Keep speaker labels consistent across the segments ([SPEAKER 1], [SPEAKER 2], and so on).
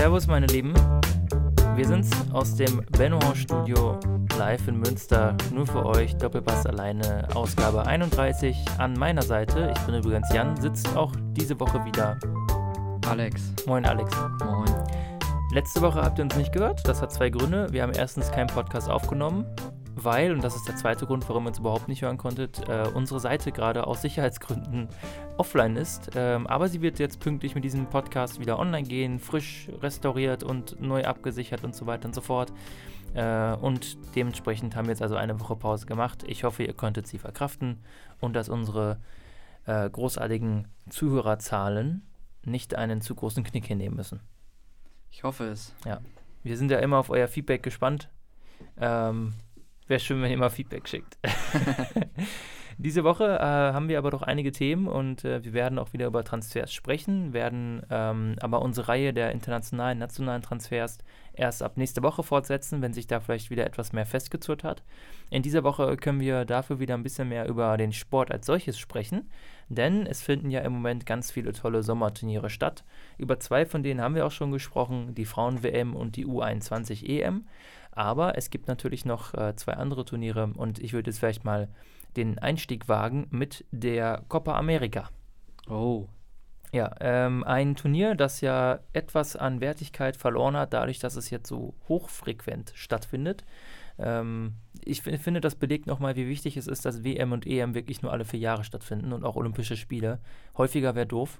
[SPEAKER 1] Servus meine Lieben, wir sind's aus dem Benno-Studio live in Münster, nur für euch, Doppelpass alleine, Ausgabe 31. An meiner Seite, ich bin übrigens Jan, sitzt auch diese Woche wieder
[SPEAKER 2] Alex.
[SPEAKER 1] Moin Alex.
[SPEAKER 2] Moin.
[SPEAKER 1] Letzte Woche habt ihr uns nicht gehört, das hat zwei Gründe. Wir haben erstens keinen Podcast aufgenommen, weil, und das ist der zweite Grund, warum ihr uns überhaupt nicht hören konntet, unsere Seite gerade aus Sicherheitsgründen offline ist. Aber sie wird jetzt pünktlich mit diesem Podcast wieder online gehen, frisch restauriert und neu abgesichert und so weiter und so fort. Und dementsprechend haben wir jetzt also eine Woche Pause gemacht. Ich hoffe, ihr konntet sie verkraften und dass unsere großartigen Zuhörerzahlen nicht einen zu großen Knick hinnehmen müssen.
[SPEAKER 2] Ich hoffe es.
[SPEAKER 1] Ja, wir sind ja immer auf euer Feedback gespannt. Wäre schön, wenn ihr mal Feedback schickt. Diese Woche haben wir aber doch einige Themen und wir werden auch wieder über Transfers sprechen, werden aber unsere Reihe der internationalen, nationalen Transfers erst ab nächste Woche fortsetzen, wenn sich da vielleicht wieder etwas mehr festgezurrt hat. In dieser Woche können wir dafür wieder ein bisschen mehr über den Sport als solches sprechen, denn es finden ja im Moment ganz viele tolle Sommerturniere statt. Über zwei von denen haben wir auch schon gesprochen, die Frauen-WM und die U21-EM. Aber es gibt natürlich noch zwei andere Turniere und ich würde jetzt vielleicht mal den Einstieg wagen mit der Copa America. Oh. Ja, ein Turnier, das ja etwas an Wertigkeit verloren hat, dadurch, dass es jetzt so hochfrequent stattfindet. Ich finde, das belegt nochmal, wie wichtig es ist, dass WM und EM wirklich nur alle 4 Jahre stattfinden und auch Olympische Spiele. Häufiger wäre doof.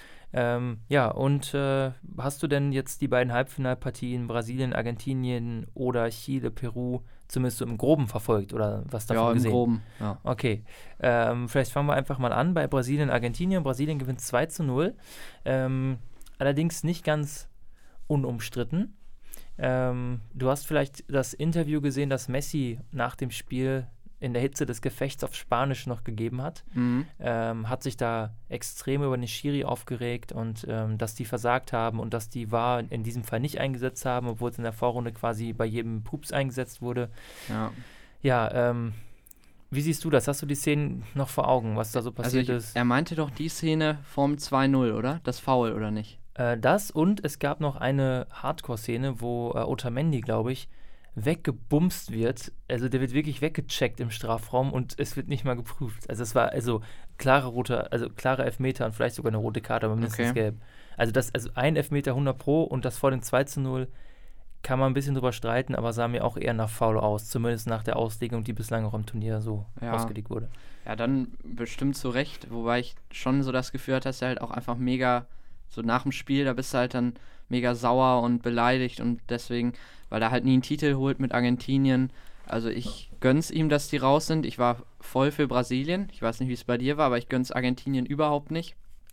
[SPEAKER 1] Hast du denn jetzt die beiden Halbfinalpartien Brasilien, Argentinien oder Chile, Peru zumindest so im Groben verfolgt oder was davon gesehen?
[SPEAKER 2] Ja, im Groben, ja.
[SPEAKER 1] Okay, vielleicht fangen wir einfach mal an bei Brasilien, Argentinien. Brasilien gewinnt 2-0, allerdings nicht ganz unumstritten. Du hast vielleicht das Interview gesehen, das Messi nach dem Spiel in der Hitze des Gefechts auf Spanisch noch gegeben hat, hat sich da extrem über den Schiri aufgeregt und dass die versagt haben und dass die VAR in diesem Fall nicht eingesetzt haben, obwohl es in der Vorrunde quasi bei jedem Pups eingesetzt wurde. Ja, wie siehst du das? Hast du die Szenen noch vor Augen, was da so passiert ist?
[SPEAKER 2] Er meinte doch die Szene vom 2-0, oder? Das Foul, oder nicht?
[SPEAKER 1] Das und es gab noch eine Hardcore-Szene, wo Otamendi, glaube ich, weggebumst wird, also der wird wirklich weggecheckt im Strafraum und es wird nicht mal geprüft. Also es war klare Elfmeter und vielleicht sogar eine rote Karte, aber mindestens gelb. Also ein Elfmeter 100 und das vor dem 2-0 kann man ein bisschen drüber streiten, aber sah mir auch eher nach Foul aus, zumindest nach der Auslegung, die bislang auch im Turnier so ausgelegt wurde.
[SPEAKER 2] Ja, dann bestimmt zu Recht, wobei ich schon so das Gefühl hatte, dass er halt auch einfach mega, so nach dem Spiel, da bist du halt dann mega sauer und beleidigt und deswegen, weil er halt nie einen Titel holt mit Argentinien. Also ich gönn's ihm, dass die raus sind. Ich war voll für Brasilien. Ich weiß nicht, wie es bei dir war, aber ich gönn's Argentinien überhaupt nicht.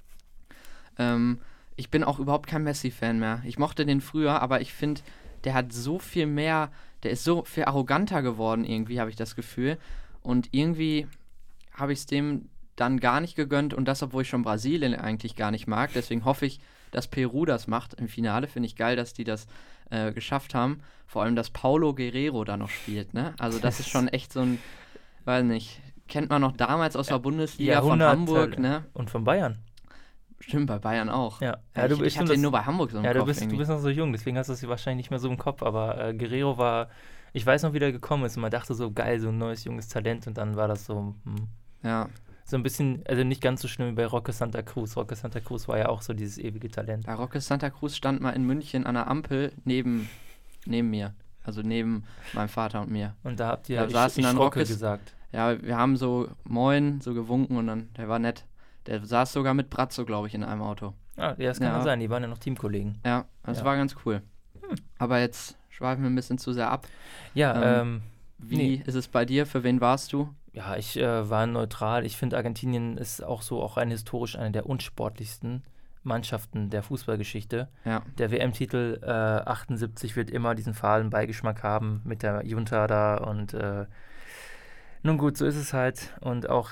[SPEAKER 2] Ich bin auch überhaupt kein Messi-Fan mehr. Ich mochte den früher, aber ich finde, der hat so viel mehr, der ist so viel arroganter geworden irgendwie, habe ich das Gefühl. Und irgendwie habe ich es dem dann gar nicht gegönnt und das, obwohl ich schon Brasilien eigentlich gar nicht mag. Deswegen hoffe ich, dass Peru das macht im Finale. Finde ich geil, dass die das geschafft haben. Vor allem, dass Paulo Guerrero da noch spielt, ne? Also das ist schon echt so ein, weiß nicht, kennt man noch damals aus der Bundesliga von Hamburg, ne?
[SPEAKER 1] Und von Bayern.
[SPEAKER 2] Stimmt, bei Bayern auch.
[SPEAKER 1] Ja.
[SPEAKER 2] Ich hatte den nur bei Hamburg so im Kopf.
[SPEAKER 1] Du bist noch so jung, deswegen hast du es wahrscheinlich nicht mehr so im Kopf, aber Guerrero war, ich weiß noch, wie der gekommen ist und man dachte so, geil, so ein neues, junges Talent und dann war das so,
[SPEAKER 2] Ja.
[SPEAKER 1] So ein bisschen, also nicht ganz so schlimm wie bei Roque Santa Cruz. Roque Santa Cruz war ja auch so dieses ewige Talent.
[SPEAKER 2] Ja, Roque Santa Cruz stand mal in München an der Ampel neben mir. Also neben meinem Vater und mir.
[SPEAKER 1] Und da habt ihr
[SPEAKER 2] Roque
[SPEAKER 1] gesagt.
[SPEAKER 2] Ja, wir haben so Moin, so gewunken und dann, der war nett. Der saß sogar mit Brazzo, glaube ich, in einem Auto.
[SPEAKER 1] Ah, ja, das kann ja sein, die waren ja noch Teamkollegen.
[SPEAKER 2] Ja, das war ganz cool. Aber jetzt schweifen wir ein bisschen zu sehr ab.
[SPEAKER 1] Ja,
[SPEAKER 2] wie ist es bei dir? Für wen warst du?
[SPEAKER 1] Ja, ich war neutral. Ich finde, Argentinien ist auch rein historisch eine der unsportlichsten Mannschaften der Fußballgeschichte.
[SPEAKER 2] Ja.
[SPEAKER 1] Der WM-Titel 78 wird immer diesen fahlen Beigeschmack haben mit der Junta da und nun gut, so ist es halt. Und auch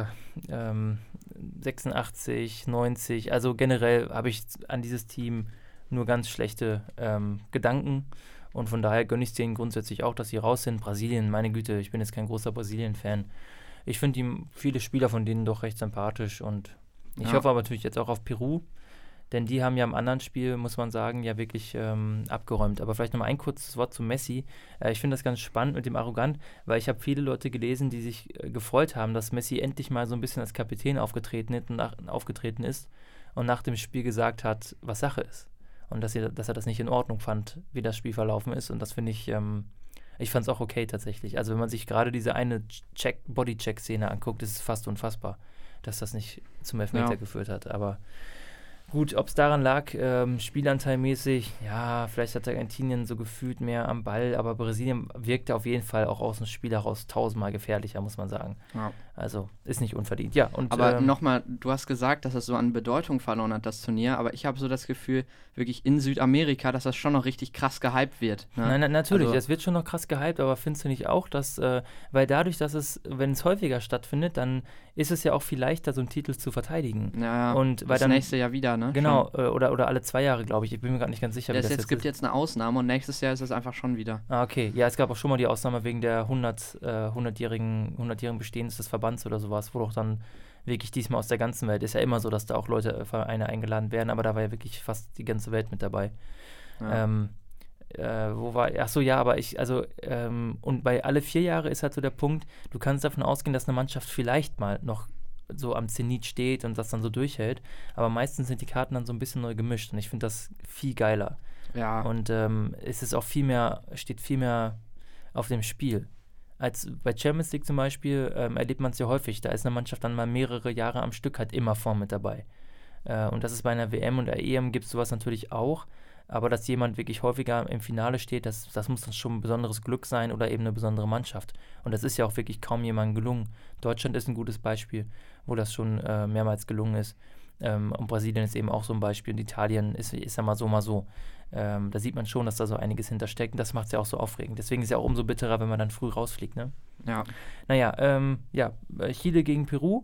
[SPEAKER 1] 86, 90, also generell habe ich an dieses Team nur ganz schlechte Gedanken. Und von daher gönne ich es denen grundsätzlich auch, dass sie raus sind. Brasilien, meine Güte, ich bin jetzt kein großer Brasilien-Fan. Ich finde viele Spieler von denen doch recht sympathisch und ich hoffe aber natürlich jetzt auch auf Peru, Denn die haben ja im anderen Spiel, muss man sagen, ja wirklich abgeräumt. Aber vielleicht nochmal ein kurzes Wort zu Messi. Ich finde das ganz spannend mit dem Arrogant, weil ich habe viele Leute gelesen, die sich gefreut haben, dass Messi endlich mal so ein bisschen als Kapitän aufgetreten ist und nach dem Spiel gesagt hat, was Sache ist. Und dass er das nicht in Ordnung fand, wie das Spiel verlaufen ist. Und das finde ich, ich fand es auch okay tatsächlich. Also wenn man sich gerade diese eine Body-Check-Szene anguckt, ist es fast unfassbar, dass das nicht zum Elfmeter geführt hat. Aber gut, ob es daran lag, spielanteilmäßig, ja, vielleicht hat Argentinien so gefühlt mehr am Ball, aber Brasilien wirkte auf jeden Fall auch aus dem Spiel heraus tausendmal gefährlicher, muss man sagen.
[SPEAKER 2] Ja.
[SPEAKER 1] Also ist nicht unverdient. Ja, und,
[SPEAKER 2] aber nochmal, du hast gesagt, dass es so an Bedeutung verloren hat, das Turnier, aber ich habe so das Gefühl, wirklich in Südamerika, dass das schon noch richtig krass gehypt wird. Ne?
[SPEAKER 1] Nein, natürlich, also, das wird schon noch krass gehypt, aber findest du nicht auch, dass, weil dadurch, dass wenn es häufiger stattfindet, dann ist es ja auch viel leichter, so einen Titel zu verteidigen.
[SPEAKER 2] Ja,
[SPEAKER 1] und weil
[SPEAKER 2] das
[SPEAKER 1] dann,
[SPEAKER 2] nächste Jahr wieder, ne?
[SPEAKER 1] Genau, oder alle 2 Jahre, glaube ich. Ich bin mir gerade nicht ganz sicher,
[SPEAKER 2] wie das jetzt gibt. Jetzt eine Ausnahme und nächstes Jahr ist es einfach schon wieder.
[SPEAKER 1] Ah, okay. Ja, es gab auch schon mal die Ausnahme wegen der 100-jährigen Bestehens des Verbands oder sowas, wo doch dann wirklich diesmal aus der ganzen Welt, ist ja immer so, dass da auch Leute, Vereine eingeladen werden, aber da war ja wirklich fast die ganze Welt mit dabei.
[SPEAKER 2] Ja.
[SPEAKER 1] Und bei alle 4 Jahre ist halt so der Punkt, du kannst davon ausgehen, dass eine Mannschaft vielleicht mal noch so am Zenit steht und das dann so durchhält, aber meistens sind die Karten dann so ein bisschen neu gemischt und ich finde das viel geiler.
[SPEAKER 2] Ja.
[SPEAKER 1] Und es ist auch steht viel mehr auf dem Spiel. Als bei Champions League zum Beispiel erlebt man es ja häufig, da ist eine Mannschaft dann mal mehrere Jahre am Stück halt immer vorn mit dabei. Und das ist bei einer WM und der EM gibt es sowas natürlich auch, aber dass jemand wirklich häufiger im Finale steht, das muss dann schon ein besonderes Glück sein oder eben eine besondere Mannschaft. Und das ist ja auch wirklich kaum jemandem gelungen. Deutschland ist ein gutes Beispiel, wo das schon mehrmals gelungen ist. Und Brasilien ist eben auch so ein Beispiel und Italien ist ja mal so. Da sieht man schon, dass da so einiges hintersteckt und das macht es ja auch so aufregend. Deswegen ist es ja auch umso bitterer, wenn man dann früh rausfliegt, ne?
[SPEAKER 2] Ja.
[SPEAKER 1] Naja, Chile gegen Peru,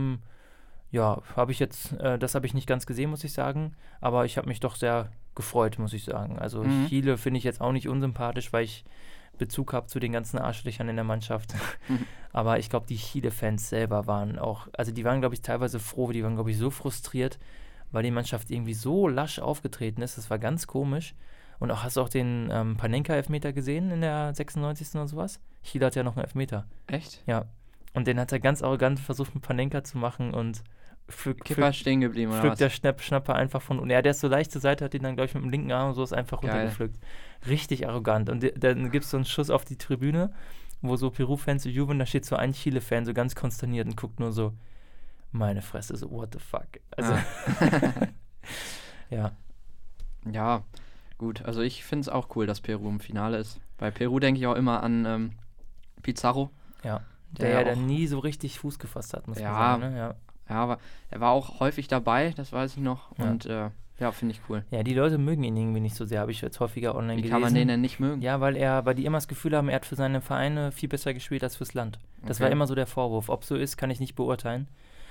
[SPEAKER 1] das habe ich nicht ganz gesehen, muss ich sagen, aber ich habe mich doch sehr gefreut, muss ich sagen. Also Chile finde ich jetzt auch nicht unsympathisch, weil ich Bezug habe zu den ganzen Arschlöchern in der Mannschaft. Aber ich glaube, die Chile-Fans selber waren auch, also die waren, glaube ich, teilweise froh, die waren, glaube ich, so frustriert, weil die Mannschaft irgendwie so lasch aufgetreten ist. Das war ganz komisch. Und hast du auch den Panenka-Elfmeter gesehen in der 96. oder sowas? Chile hat ja noch einen Elfmeter.
[SPEAKER 2] Echt?
[SPEAKER 1] Ja. Und den hat er ganz arrogant versucht mit Panenka zu machen und
[SPEAKER 2] Kipper stehen geblieben, oder was?
[SPEAKER 1] Pflückt der Schnapper einfach von unten. Ja, der ist so leicht zur Seite, hat ihn dann, glaube ich, mit dem linken Arm und so ist einfach runtergepflückt. Richtig arrogant. Und dann gibt es so einen Schuss auf die Tribüne, wo so Peru-Fans so jubeln, da steht so ein Chile-Fan so ganz konsterniert und guckt nur so, meine Fresse, so what the fuck. Also, ja.
[SPEAKER 2] Ja, gut. Also ich finde es auch cool, dass Peru im Finale ist. Bei Peru denke ich auch immer an Pizarro.
[SPEAKER 1] Ja, der dann nie so richtig Fuß gefasst hat, muss man sagen. Ne?
[SPEAKER 2] Ja, aber er war auch häufig dabei, das weiß ich noch.
[SPEAKER 1] Ja.
[SPEAKER 2] Und finde ich cool.
[SPEAKER 1] Ja, die Leute mögen ihn irgendwie nicht so sehr, habe ich jetzt häufiger online gelesen.
[SPEAKER 2] Wie kann man den denn nicht mögen?
[SPEAKER 1] Ja, weil die immer das Gefühl haben, er hat für seine Vereine viel besser gespielt als fürs Land. Das war immer so der Vorwurf. Ob so ist, kann ich nicht beurteilen.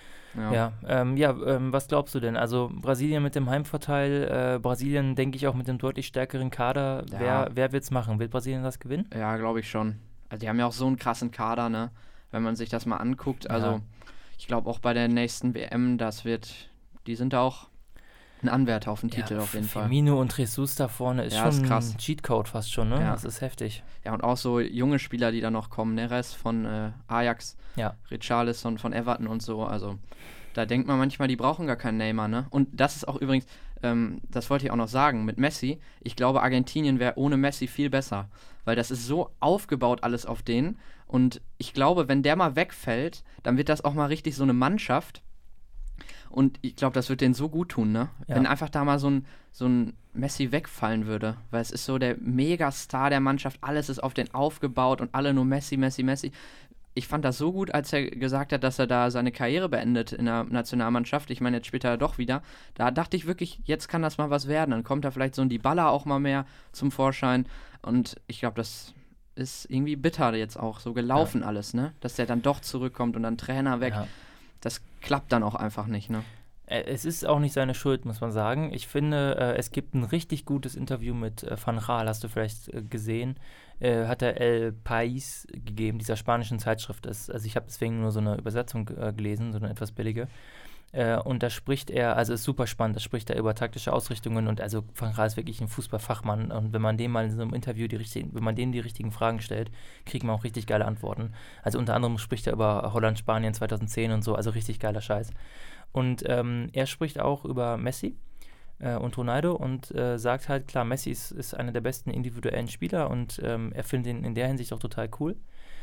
[SPEAKER 1] Was glaubst du denn? Also Brasilien mit dem Heimvorteil, Brasilien, denke ich, auch mit dem deutlich stärkeren Kader.
[SPEAKER 2] Ja.
[SPEAKER 1] Wer wird es machen? Wird Brasilien das gewinnen?
[SPEAKER 2] Ja, glaube ich schon. Also die haben ja auch so einen krassen Kader, ne? Wenn man sich das mal anguckt. Also ich glaube auch bei der nächsten WM, die sind da auch ein Anwärter auf den Titel auf jeden Fall.
[SPEAKER 1] Firmino und Jesus da vorne ist schon
[SPEAKER 2] ist krass.
[SPEAKER 1] ein Cheatcode fast schon, ne?
[SPEAKER 2] Ja.
[SPEAKER 1] Das ist heftig.
[SPEAKER 2] Ja, und auch so junge Spieler, die da noch kommen. Neres von Ajax, Richarlison von Everton und so. Also da denkt man manchmal, die brauchen gar keinen Neymar, ne? Und das ist auch übrigens, das wollte ich auch noch sagen, mit Messi. Ich glaube, Argentinien wäre ohne Messi viel besser. Weil das ist so aufgebaut alles auf den. Und ich glaube, wenn der mal wegfällt, dann wird das auch mal richtig so eine Mannschaft. Und ich glaube, das wird denen so gut tun, ne?
[SPEAKER 1] Ja.
[SPEAKER 2] Wenn einfach da mal so ein Messi wegfallen würde. Weil es ist so der Megastar der Mannschaft. Alles ist auf den aufgebaut und alle nur Messi, Messi, Messi. Ich fand das so gut, als er gesagt hat, dass er da seine Karriere beendet in der Nationalmannschaft. Ich meine, jetzt spielt er doch wieder. Da dachte ich wirklich, jetzt kann das mal was werden. Dann kommt da vielleicht so ein Dybala auch mal mehr zum Vorschein. Und ich glaube, das ist irgendwie bitter jetzt auch so gelaufen alles, ne? Dass der dann doch zurückkommt und dann Trainer weg. Ja. Das klappt dann auch einfach nicht, ne?
[SPEAKER 1] Es ist auch nicht seine Schuld, muss man sagen. Ich finde, es gibt ein richtig gutes Interview mit Van Gaal, hast du vielleicht gesehen. Hat er El País gegeben, dieser spanischen Zeitschrift. Also ich habe deswegen nur so eine Übersetzung gelesen, so eine etwas billige. Und da spricht er, also ist super spannend, da spricht er über taktische Ausrichtungen und also Van Gaal ist wirklich ein Fußballfachmann und wenn man dem mal in so einem Interview wenn man dem die richtigen Fragen stellt, kriegt man auch richtig geile Antworten. Also unter anderem spricht er über Holland, Spanien 2010 und so, also richtig geiler Scheiß. Und er spricht auch über Messi und Ronaldo und sagt halt, klar, Messi ist einer der besten individuellen Spieler und er findet ihn in der Hinsicht auch total cool.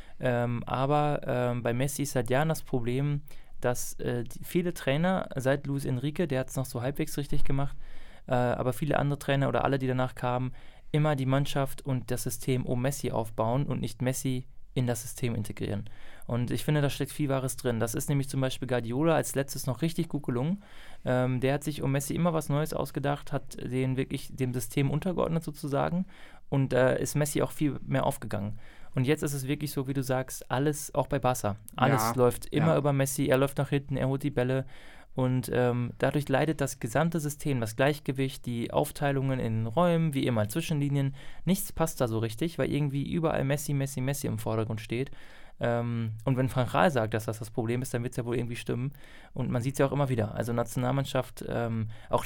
[SPEAKER 1] Aber bei Messi ist seit Jahren das Problem, dass viele Trainer, seit Luis Enrique, der hat es noch so halbwegs richtig gemacht, aber viele andere Trainer oder alle, die danach kamen, immer die Mannschaft und das System um Messi aufbauen und nicht Messi in das System integrieren. Und ich finde, da steckt viel Wahres drin. Das ist nämlich zum Beispiel Guardiola als letztes noch richtig gut gelungen. Der hat sich um Messi immer was Neues ausgedacht, hat den wirklich dem System untergeordnet sozusagen und ist Messi auch viel mehr aufgegangen. Und jetzt ist es wirklich so, wie du sagst, alles, auch bei Barca, alles läuft immer über Messi, er läuft nach hinten, er holt die Bälle und dadurch leidet das gesamte System, das Gleichgewicht, die Aufteilungen in Räumen, wie immer, Zwischenlinien, nichts passt da so richtig, weil irgendwie überall Messi im Vordergrund steht. Und wenn Van Gaal sagt, dass das Problem ist, dann wird es ja wohl irgendwie stimmen. Und man sieht es ja auch immer wieder. Also Nationalmannschaft, auch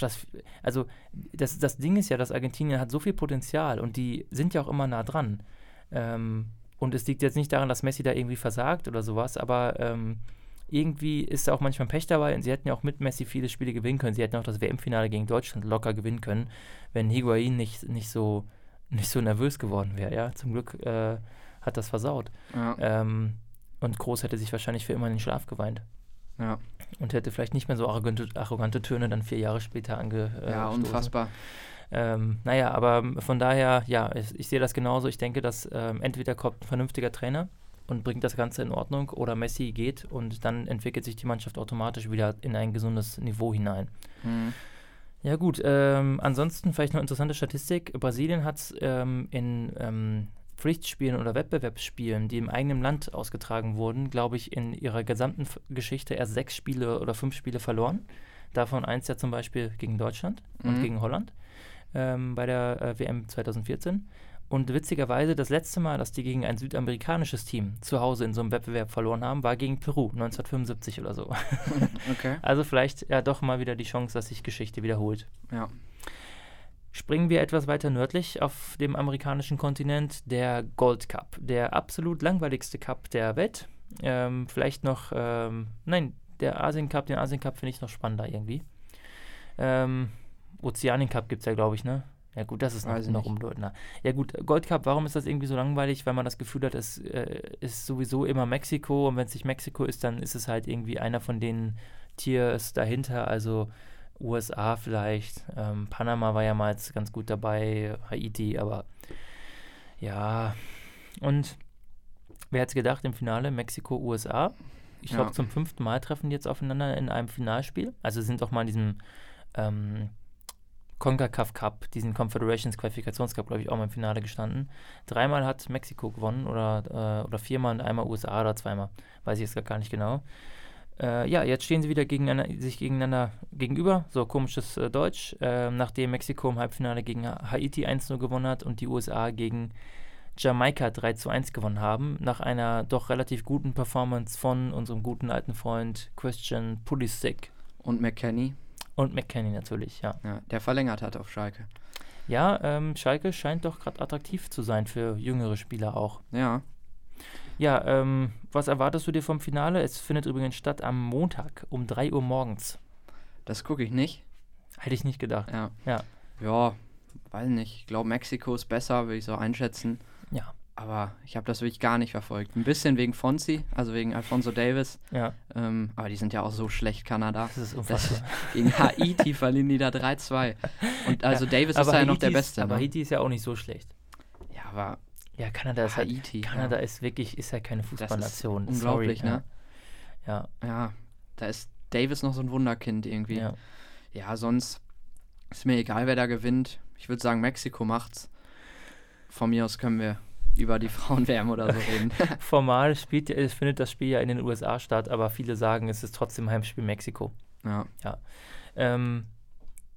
[SPEAKER 1] das Ding ist ja, dass Argentinien hat so viel Potenzial und die sind ja auch immer nah dran. Und es liegt jetzt nicht daran, dass Messi da irgendwie versagt oder sowas, aber irgendwie ist da auch manchmal Pech dabei und sie hätten ja auch mit Messi viele Spiele gewinnen können. Sie hätten auch das WM-Finale gegen Deutschland locker gewinnen können, wenn Higuaín nicht so nervös geworden wäre. Ja? Zum Glück hat das versaut. Ja. Und Kroos hätte sich wahrscheinlich für immer in den Schlaf geweint.
[SPEAKER 2] Ja.
[SPEAKER 1] Und hätte vielleicht nicht mehr so arrogante Töne dann 4 Jahre später angestoßen.
[SPEAKER 2] Ja, unfassbar.
[SPEAKER 1] Naja, aber von daher, ja, ich sehe das genauso. Ich denke, dass entweder kommt ein vernünftiger Trainer und bringt das Ganze in Ordnung oder Messi geht und dann entwickelt sich die Mannschaft automatisch wieder in ein gesundes Niveau hinein. Mhm. Ja gut, ansonsten vielleicht noch interessante Statistik. Brasilien hat in Pflichtspielen oder Wettbewerbsspielen, die im eigenen Land ausgetragen wurden, glaube ich, in ihrer gesamten Geschichte erst 6 Spiele oder 5 Spiele verloren. Davon 1 ja zum Beispiel gegen Deutschland und gegen Holland bei der WM 2014. Und witzigerweise, das letzte Mal, dass die gegen ein südamerikanisches Team zu Hause in so einem Wettbewerb verloren haben, war gegen Peru, 1975 oder so.
[SPEAKER 2] Okay.
[SPEAKER 1] Also vielleicht ja doch mal wieder die Chance, dass sich Geschichte wiederholt.
[SPEAKER 2] Ja.
[SPEAKER 1] Springen wir etwas weiter nördlich auf dem amerikanischen Kontinent, der Gold Cup, der absolut langweiligste Cup der Welt. Vielleicht noch, der Asien Cup, den Asien Cup finde ich noch spannender irgendwie. Ozeanien Cup gibt es ja, glaube ich, ne? Ja gut, das ist noch unbedeutender. Ja gut, Gold Cup, warum ist das irgendwie so langweilig? Weil man das Gefühl hat, es ist sowieso immer Mexiko und wenn es nicht Mexiko ist, dann ist es halt irgendwie einer von den Tiers dahinter, also USA vielleicht, Panama war ja mal jetzt ganz gut dabei, Haiti, aber ja. Und wer hätte es gedacht im Finale, Mexiko, USA? Ich glaube, zum 5. Mal treffen die jetzt aufeinander in einem Finalspiel. Also sind doch mal in diesem CONCACAF Cup, diesen Confederations Qualifikationscup, glaube ich, auch mal im Finale gestanden. 3-mal hat Mexiko gewonnen oder 4-mal und einmal USA oder 2-mal. Weiß ich jetzt gar nicht genau. Jetzt stehen sie wieder sich gegeneinander gegenüber, so komisches Deutsch, nachdem Mexiko im Halbfinale gegen Haiti 1-0 gewonnen hat und die USA gegen Jamaika 3-1 gewonnen haben, nach einer doch relativ guten Performance von unserem guten alten Freund Christian Pulisic.
[SPEAKER 2] Und McKennie.
[SPEAKER 1] Und McKennie natürlich, ja.
[SPEAKER 2] Der verlängert hat auf Schalke.
[SPEAKER 1] Ja, Schalke scheint doch gerade attraktiv zu sein für jüngere Spieler auch.
[SPEAKER 2] Ja.
[SPEAKER 1] Ja, was erwartest du dir vom Finale? Es findet übrigens statt am Montag um 3 Uhr morgens.
[SPEAKER 2] Das gucke ich nicht.
[SPEAKER 1] Hätte ich nicht gedacht.
[SPEAKER 2] Ja, weiß nicht. Ich glaube, Mexiko ist besser, würde ich so einschätzen.
[SPEAKER 1] Ja.
[SPEAKER 2] Aber ich habe das wirklich gar nicht verfolgt. Ein bisschen wegen Fonsi, also wegen Alphonso Davies.
[SPEAKER 1] Ja.
[SPEAKER 2] Aber die sind ja auch so schlecht, Kanada.
[SPEAKER 1] Das ist unfassbar.
[SPEAKER 2] Gegen Haiti verlieren die da 3-2. Und also Davies ist ja noch der Beste.
[SPEAKER 1] Aber Haiti ist ja auch nicht so schlecht.
[SPEAKER 2] Ja, aber...
[SPEAKER 1] Ja, Kanada ist
[SPEAKER 2] Haiti.
[SPEAKER 1] Kanada ist wirklich, ist ja keine Fußballnation.
[SPEAKER 2] Das ist unglaublich, ne?
[SPEAKER 1] Ja.
[SPEAKER 2] Ja, da ist Davies noch so ein Wunderkind irgendwie. Ja, sonst ist mir egal, wer da gewinnt. Ich würde sagen, Mexiko macht's. Von mir aus können wir über die Frauen-WM oder so reden.
[SPEAKER 1] Formal findet das Spiel ja in den USA statt, aber viele sagen, es ist trotzdem Heimspiel Mexiko.
[SPEAKER 2] Ja.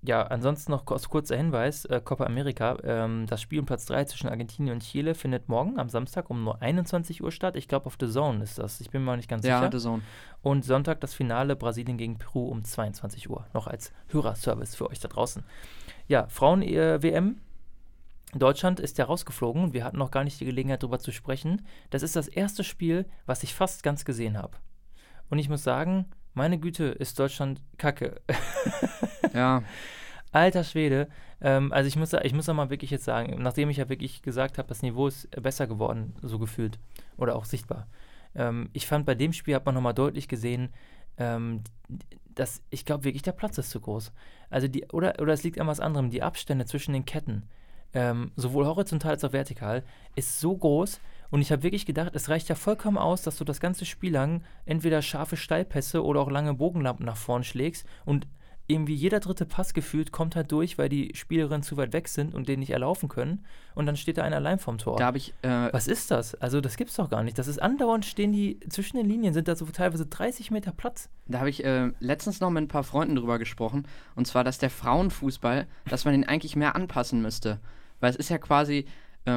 [SPEAKER 1] Ja, ansonsten noch kurzer Hinweis, Copa America, das Spiel um Platz 3 zwischen Argentinien und Chile findet morgen am Samstag um nur 21 Uhr statt. Ich glaube, auf The Zone ist das. Ich bin mir mal nicht ganz sicher.
[SPEAKER 2] Ja, The Zone.
[SPEAKER 1] Und Sonntag das Finale Brasilien gegen Peru um 22 Uhr. Noch als Hörerservice für euch da draußen. Ja, Frauen-WM. Deutschland ist ja rausgeflogen und wir hatten noch gar nicht die Gelegenheit, darüber zu sprechen. Das ist das erste Spiel, was ich fast ganz gesehen habe. Und ich muss sagen, meine Güte, ist Deutschland kacke.
[SPEAKER 2] Ja.
[SPEAKER 1] Alter Schwede. Also ich muss auch mal wirklich jetzt sagen, nachdem ich ja wirklich gesagt habe, das Niveau ist besser geworden, so gefühlt. Oder auch sichtbar. Ich fand, bei dem Spiel hat man nochmal deutlich gesehen, dass ich glaube wirklich, der Platz ist zu groß. Also oder es liegt an was anderem. Die Abstände zwischen den Ketten, sowohl horizontal als auch vertikal, ist so groß. Und ich habe wirklich gedacht, es reicht ja vollkommen aus, dass du das ganze Spiel lang entweder scharfe Steilpässe oder auch lange Bogenlampen nach vorn schlägst und irgendwie jeder dritte Pass gefühlt kommt halt durch, weil die Spielerinnen zu weit weg sind und den nicht erlaufen können. Und dann steht da einer allein vorm Tor.
[SPEAKER 2] Da habe ich.
[SPEAKER 1] Was ist das? Also, das gibt's doch gar nicht. Das ist andauernd, stehen die zwischen den Linien, sind da so teilweise 30 Meter Platz.
[SPEAKER 2] Da habe ich letztens noch mit ein paar Freunden drüber gesprochen. Und zwar, dass der Frauenfußball, dass man den eigentlich mehr anpassen müsste. Weil es ist ja quasi,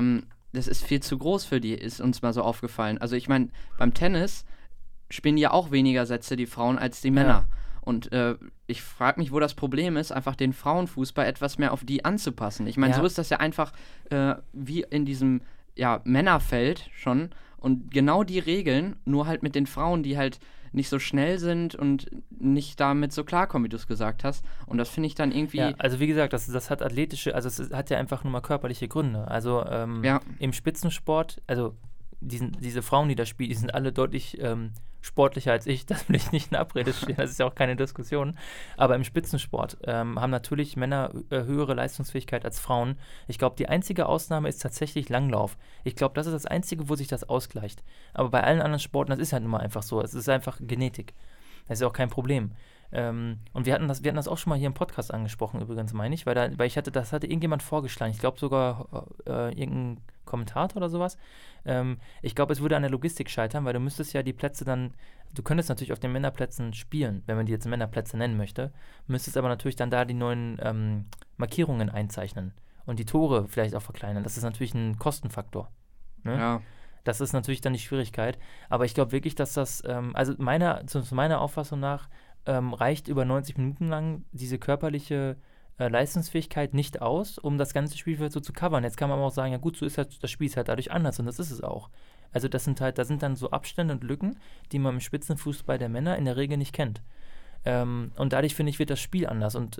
[SPEAKER 2] das ist viel zu groß für die, ist uns mal so aufgefallen. Also, ich meine, beim Tennis spielen ja auch weniger Sätze die Frauen als die Männer.
[SPEAKER 1] Ja.
[SPEAKER 2] Und ich frage mich, wo das Problem ist, einfach den Frauenfußball etwas mehr auf die anzupassen. Ich meine, so ist das ja einfach wie in diesem Männerfeld schon. Und genau die Regeln, nur halt mit den Frauen, die halt nicht so schnell sind und nicht damit so klarkommen, wie du es gesagt hast. Und das finde ich dann irgendwie...
[SPEAKER 1] Ja, also wie gesagt, das hat athletische, also es hat ja einfach nur mal körperliche Gründe. Also im Spitzensport, also diese Frauen, die da spielen, die sind alle deutlich sportlicher als ich, das will ich nicht in Abrede stehen, das ist ja auch keine Diskussion, aber im Spitzensport haben natürlich Männer höhere Leistungsfähigkeit als Frauen. Ich glaube, die einzige Ausnahme ist tatsächlich Langlauf. Ich glaube, das ist das Einzige, wo sich das ausgleicht. Aber bei allen anderen Sporten, das ist halt immer einfach so, es ist einfach Genetik. Das ist ja auch kein Problem. Und wir hatten das auch schon mal hier im Podcast angesprochen, übrigens, meine ich, weil das hatte irgendjemand vorgeschlagen. Ich glaube sogar irgendein Kommentator oder sowas. Ich glaube, es würde an der Logistik scheitern, weil du müsstest ja die Plätze dann, du könntest natürlich auf den Männerplätzen spielen, wenn man die jetzt Männerplätze nennen möchte, müsstest aber natürlich dann da die neuen Markierungen einzeichnen und die Tore vielleicht auch verkleinern. Das ist natürlich ein Kostenfaktor. Ne?
[SPEAKER 2] Ja.
[SPEAKER 1] Das ist natürlich dann die Schwierigkeit. Aber ich glaube wirklich, dass das, zu meiner Auffassung nach, reicht über 90 Minuten lang diese körperliche Leistungsfähigkeit nicht aus, um das ganze Spielfeld so zu covern. Jetzt kann man aber auch sagen, ja gut, so ist halt, das Spiel ist halt dadurch anders und das ist es auch. Also da sind dann so Abstände und Lücken, die man im Spitzenfußball der Männer in der Regel nicht kennt. Und dadurch, finde ich, wird das Spiel anders. Und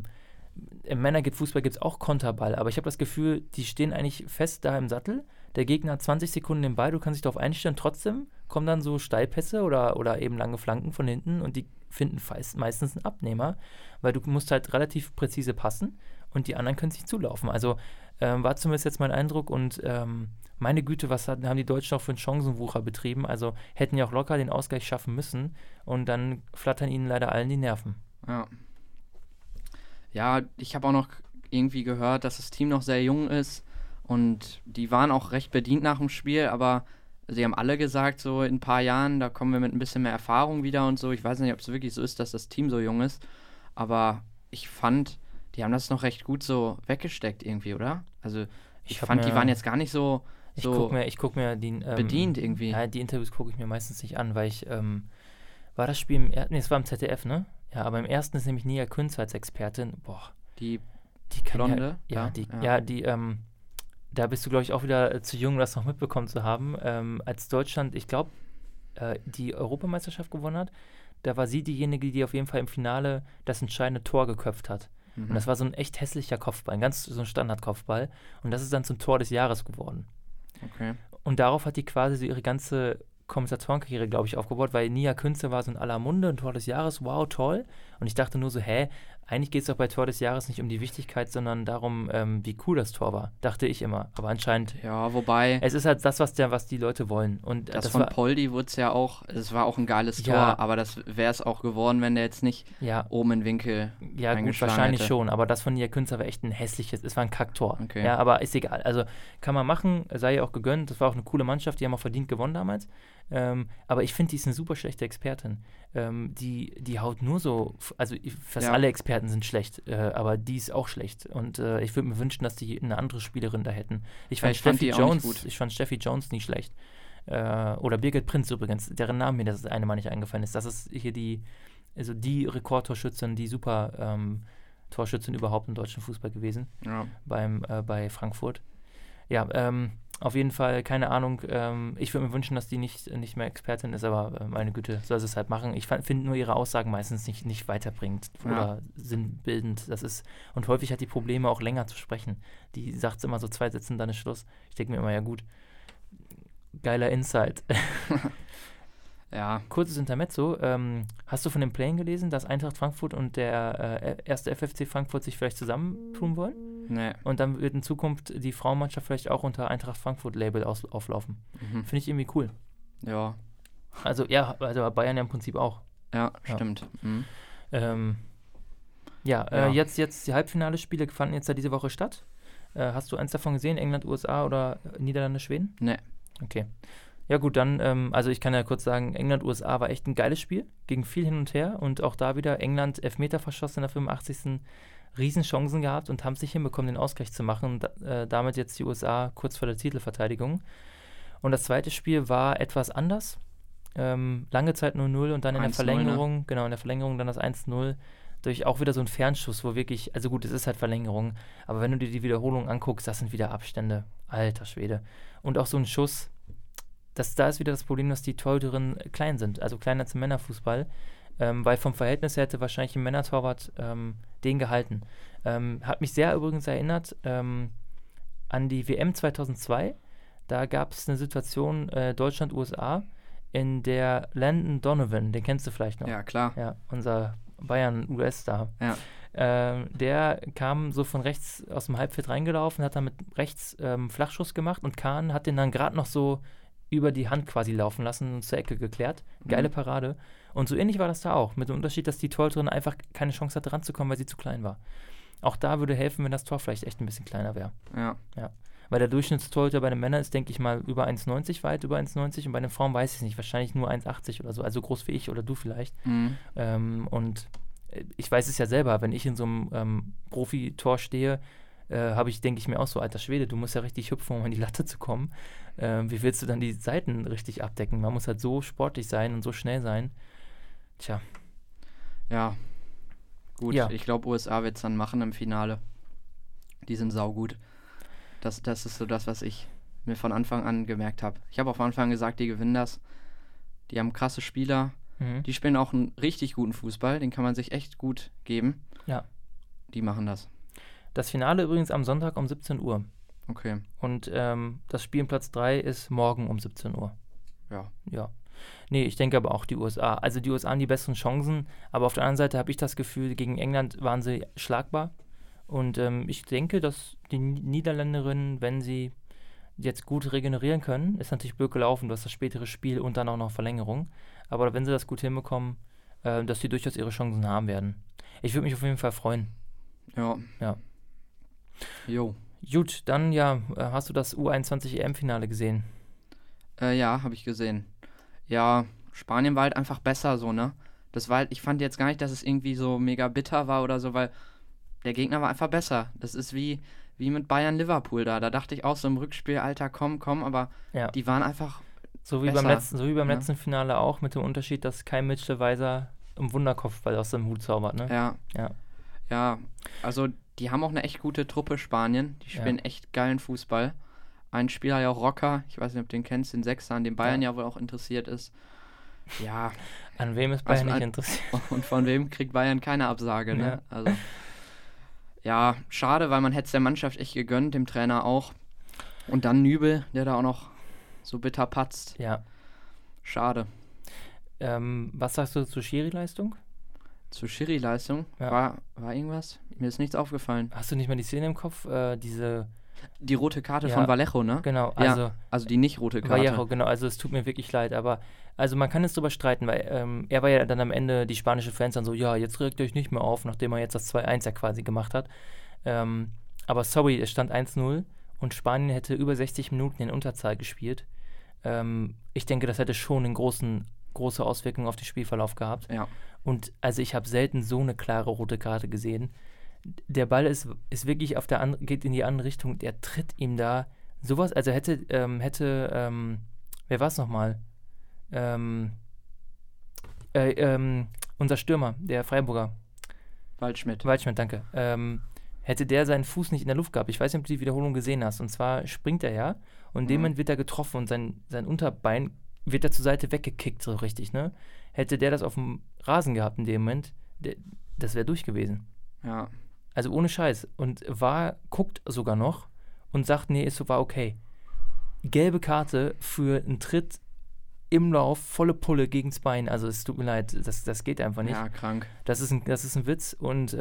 [SPEAKER 1] im Männerfußball gibt es auch Konterball, aber ich habe das Gefühl, die stehen eigentlich fest da im Sattel. Der Gegner hat 20 Sekunden den Ball, du kannst dich darauf einstellen, trotzdem kommen dann so Steilpässe oder eben lange Flanken von hinten und die finden meistens einen Abnehmer, weil du musst halt relativ präzise passen und die anderen können sich zulaufen. Also war zumindest jetzt mein Eindruck und meine Güte, was haben die Deutschen auch für einen Chancenwucher betrieben? Also hätten ja auch locker den Ausgleich schaffen müssen und dann flattern ihnen leider allen die Nerven.
[SPEAKER 2] Ja. Ja, ich habe auch noch irgendwie gehört, dass das Team noch sehr jung ist und die waren auch recht bedient nach dem Spiel, aber sie haben alle gesagt, so in ein paar Jahren, da kommen wir mit ein bisschen mehr Erfahrung wieder und so. Ich weiß nicht, ob es wirklich so ist, dass das Team so jung ist, aber ich fand, die haben das noch recht gut so weggesteckt irgendwie, oder? Also ich fand, die waren jetzt gar nicht so
[SPEAKER 1] ich guck mir die
[SPEAKER 2] bedient irgendwie.
[SPEAKER 1] Ja, die Interviews gucke ich mir meistens nicht an, weil ich war das Spiel es war im ZDF, ne? Ja, aber im ersten ist nämlich Nia Künz als Expertin. Boah.
[SPEAKER 2] Die
[SPEAKER 1] kann
[SPEAKER 2] Blonde?
[SPEAKER 1] Da bist du, glaube ich, auch wieder zu jung, um das noch mitbekommen zu haben. Als Deutschland, ich glaube, die Europameisterschaft gewonnen hat, da war sie diejenige, die auf jeden Fall im Finale das entscheidende Tor geköpft hat. Und das war so ein echt hässlicher Kopfball, so ein Standardkopfball. Und das ist dann zum Tor des Jahres geworden.
[SPEAKER 2] Okay.
[SPEAKER 1] Und darauf hat die quasi so ihre ganze Kommentatorenkarriere, glaube ich, aufgebaut, weil Nia Künze war so in aller Munde, ein Tor des Jahres, wow, toll. Und ich dachte nur so, eigentlich geht es doch bei Tor des Jahres nicht um die Wichtigkeit, sondern darum, wie cool das Tor war, dachte ich immer. Aber anscheinend,
[SPEAKER 2] ja, wobei,
[SPEAKER 1] es ist halt das, was die Leute wollen. Und
[SPEAKER 2] das von Poldi wurde es ja auch, es war auch ein geiles Tor, aber das wäre es auch geworden, wenn der jetzt nicht oben in den Winkel
[SPEAKER 1] gut, wahrscheinlich
[SPEAKER 2] hätte.
[SPEAKER 1] Schon, aber das von Nia Künze war echt ein hässliches, es war ein Kacktor.
[SPEAKER 2] Okay.
[SPEAKER 1] Ja, aber ist egal. Also kann man machen, sei ihr auch gegönnt, das war auch eine coole Mannschaft, die haben auch verdient gewonnen damals. Aber ich finde, die ist eine super schlechte Expertin. Die haut nur so fast alle Experten sind schlecht, aber die ist auch schlecht. Und ich würde mir wünschen, dass die eine andere Spielerin da hätten. Ich fand Steffi Jones nie schlecht. Oder Birgit Prinz übrigens, deren Name mir das eine Mal nicht eingefallen ist. Das ist hier die Rekordtorschützin, die super Torschützin überhaupt im deutschen Fußball gewesen. Ja. Bei Frankfurt. Ja, auf jeden Fall, keine Ahnung. Ich würde mir wünschen, dass die nicht mehr Expertin ist, aber meine Güte, soll sie es halt machen. Ich finde nur ihre Aussagen meistens nicht weiterbringend oder sinnbildend. Und häufig hat die Probleme, auch länger zu sprechen. Die sagt immer so 2 Sätze, dann ist Schluss. Ich denke mir immer, ja gut, geiler Insight.
[SPEAKER 2] Ja.
[SPEAKER 1] Kurzes Intermezzo. Hast du von dem Plänen gelesen, dass Eintracht Frankfurt und der erste FFC Frankfurt sich vielleicht zusammentun wollen?
[SPEAKER 2] Nee.
[SPEAKER 1] Und dann wird in Zukunft die Frauenmannschaft vielleicht auch unter Eintracht Frankfurt-Label auflaufen. Finde ich irgendwie cool.
[SPEAKER 2] Ja.
[SPEAKER 1] Also Bayern ja im Prinzip auch.
[SPEAKER 2] Ja, stimmt.
[SPEAKER 1] Jetzt die Halbfinale-Spiele fanden jetzt ja diese Woche statt. Hast du eins davon gesehen? England, USA oder Niederlande, Schweden?
[SPEAKER 2] Nee.
[SPEAKER 1] Okay. Ja gut, dann, also ich kann ja kurz sagen, England-USA war echt ein geiles Spiel, ging viel hin und her und auch da wieder England Elfmeter verschossen in der 85. Riesenchancen gehabt und haben es nicht hinbekommen, den Ausgleich zu machen. Damit jetzt die USA kurz vor der Titelverteidigung. Und das zweite Spiel war etwas anders. Lange Zeit 0-0 und dann in der Verlängerung, in der Verlängerung dann das 1-0 durch auch wieder so einen Fernschuss, wo wirklich, also gut, es ist halt Verlängerung, aber wenn du dir die Wiederholung anguckst, das sind wieder Abstände. Alter Schwede. Und auch so ein Schuss, da ist wieder das Problem, dass die Torhüterinnen klein sind, also kleiner als im Männerfußball, weil vom Verhältnis her hätte wahrscheinlich ein Männertorwart den gehalten. Hat mich sehr übrigens erinnert an die WM 2002. Da gab es eine Situation Deutschland-USA, in der Landon Donovan, den kennst du vielleicht noch.
[SPEAKER 2] Ja, klar.
[SPEAKER 1] Ja, unser Bayern-US-Star.
[SPEAKER 2] Ja.
[SPEAKER 1] Der kam so von rechts aus dem Halbfeld reingelaufen, hat dann mit rechts Flachschuss gemacht und Kahn hat den dann gerade noch so über die Hand quasi laufen lassen und zur Ecke geklärt. Geile Parade. Und so ähnlich war das da auch, mit dem Unterschied, dass die Torhüterin einfach keine Chance hatte ranzukommen, weil sie zu klein war. Auch da würde helfen, wenn das Tor vielleicht echt ein bisschen kleiner wäre.
[SPEAKER 2] Ja.
[SPEAKER 1] Weil der Durchschnittstorhüter bei den Männern ist, denke ich mal, über 1,90 weit, über 1,90 und bei den Frauen weiß ich es nicht, wahrscheinlich nur 1,80 oder so, also groß wie ich oder du vielleicht. Und ich weiß es ja selber, wenn ich in so einem Profitor stehe, denke ich mir auch so, alter Schwede, du musst ja richtig hüpfen, um an die Latte zu kommen. Wie willst du dann die Seiten richtig abdecken? Man muss halt so sportlich sein und so schnell sein. Tja.
[SPEAKER 2] Ja, gut, ich glaube, USA wird es dann machen im Finale. Die sind saugut. Das ist so das, was ich mir von Anfang an gemerkt habe. Ich habe auch von Anfang an gesagt, die gewinnen das. Die haben krasse Spieler. Die spielen auch einen richtig guten Fußball. Den kann man sich echt gut geben.
[SPEAKER 1] Ja.
[SPEAKER 2] Die machen das.
[SPEAKER 1] Das Finale übrigens am Sonntag um 17 Uhr.
[SPEAKER 2] Okay.
[SPEAKER 1] Und das Spiel in Platz 3 ist morgen um 17 Uhr. Ja. Nee, ich denke aber auch die USA. Also die USA haben die besseren Chancen, aber auf der anderen Seite habe ich das Gefühl, gegen England waren sie schlagbar. Und ich denke, dass die Niederländerinnen, wenn sie jetzt gut regenerieren können, ist natürlich blöd gelaufen, du hast das spätere Spiel und dann auch noch Verlängerung. Aber wenn sie das gut hinbekommen, dass sie durchaus ihre Chancen haben werden. Ich würde mich auf jeden Fall freuen.
[SPEAKER 2] Ja. Jo.
[SPEAKER 1] Gut, dann hast du das U21 EM-Finale gesehen?
[SPEAKER 2] Ja, habe ich gesehen. Ja, Spanien war halt einfach besser so, ne? Das war halt, ich fand jetzt gar nicht, dass es irgendwie so mega bitter war oder so, weil der Gegner war einfach besser. Das ist wie mit Bayern-Liverpool da. Da dachte ich auch so im Rückspiel, Alter, komm, aber die waren einfach
[SPEAKER 1] so wie
[SPEAKER 2] besser.
[SPEAKER 1] beim letzten Finale auch, mit dem Unterschied, dass kein Mitchell-Weiser im Wunderkopfball aus dem Hut zaubert, ne?
[SPEAKER 2] Ja, also die haben auch eine echt gute Truppe, Spanien. Die spielen echt geilen Fußball. Ein Spieler ja auch Rocker, ich weiß nicht, ob du den kennst, den Sechser, an dem Bayern ja wohl auch interessiert ist. Ja.
[SPEAKER 1] An wem ist Bayern nicht interessiert?
[SPEAKER 2] Und von wem kriegt Bayern keine Absage, ne?
[SPEAKER 1] Ja.
[SPEAKER 2] Also, ja, schade, weil man hätte es der Mannschaft echt gegönnt, dem Trainer auch. Und dann Nübel, der da auch noch so bitter patzt.
[SPEAKER 1] Ja.
[SPEAKER 2] Schade.
[SPEAKER 1] Was sagst du zur Schiri-Leistung?
[SPEAKER 2] Zur Schiri-Leistung?
[SPEAKER 1] Ja.
[SPEAKER 2] War irgendwas? Mir ist nichts aufgefallen.
[SPEAKER 1] Hast du nicht mal die Szene im Kopf?
[SPEAKER 2] Die rote Karte von Vallejo, ne?
[SPEAKER 1] Genau,
[SPEAKER 2] also die nicht rote Karte.
[SPEAKER 1] Vallejo, genau, also es tut mir wirklich leid, aber also man kann es drüber streiten, weil er war ja dann am Ende, die spanischen Fans dann so, ja, jetzt regt ihr euch nicht mehr auf, nachdem er jetzt das 2-1 ja quasi gemacht hat. Aber sorry, es stand 1-0 und Spanien hätte über 60 Minuten in Unterzahl gespielt. Ich denke, das hätte schon einen großen große Auswirkungen auf den Spielverlauf gehabt.
[SPEAKER 2] Ja.
[SPEAKER 1] Und also ich habe selten so eine klare rote Karte gesehen. Der Ball ist wirklich geht in die andere Richtung. Der tritt ihm da sowas, also hätte wer war es nochmal? Unser Stürmer, der Freiburger.
[SPEAKER 2] Waldschmidt,
[SPEAKER 1] danke. Hätte der seinen Fuß nicht in der Luft gehabt. Ich weiß nicht, ob du die Wiederholung gesehen hast. Und zwar springt er ja und in dem Moment wird er getroffen und sein Unterbein wird er zur Seite weggekickt, so richtig, ne? Hätte der das auf dem Rasen gehabt in dem Moment, das wäre durch gewesen.
[SPEAKER 2] Ja.
[SPEAKER 1] Also ohne Scheiß. Und guckt sogar noch und sagt, nee, war okay. Gelbe Karte für einen Tritt im Lauf, volle Pulle gegens Bein. Also es tut mir leid, das geht einfach nicht.
[SPEAKER 2] Ja, krank.
[SPEAKER 1] Das ist ein Witz und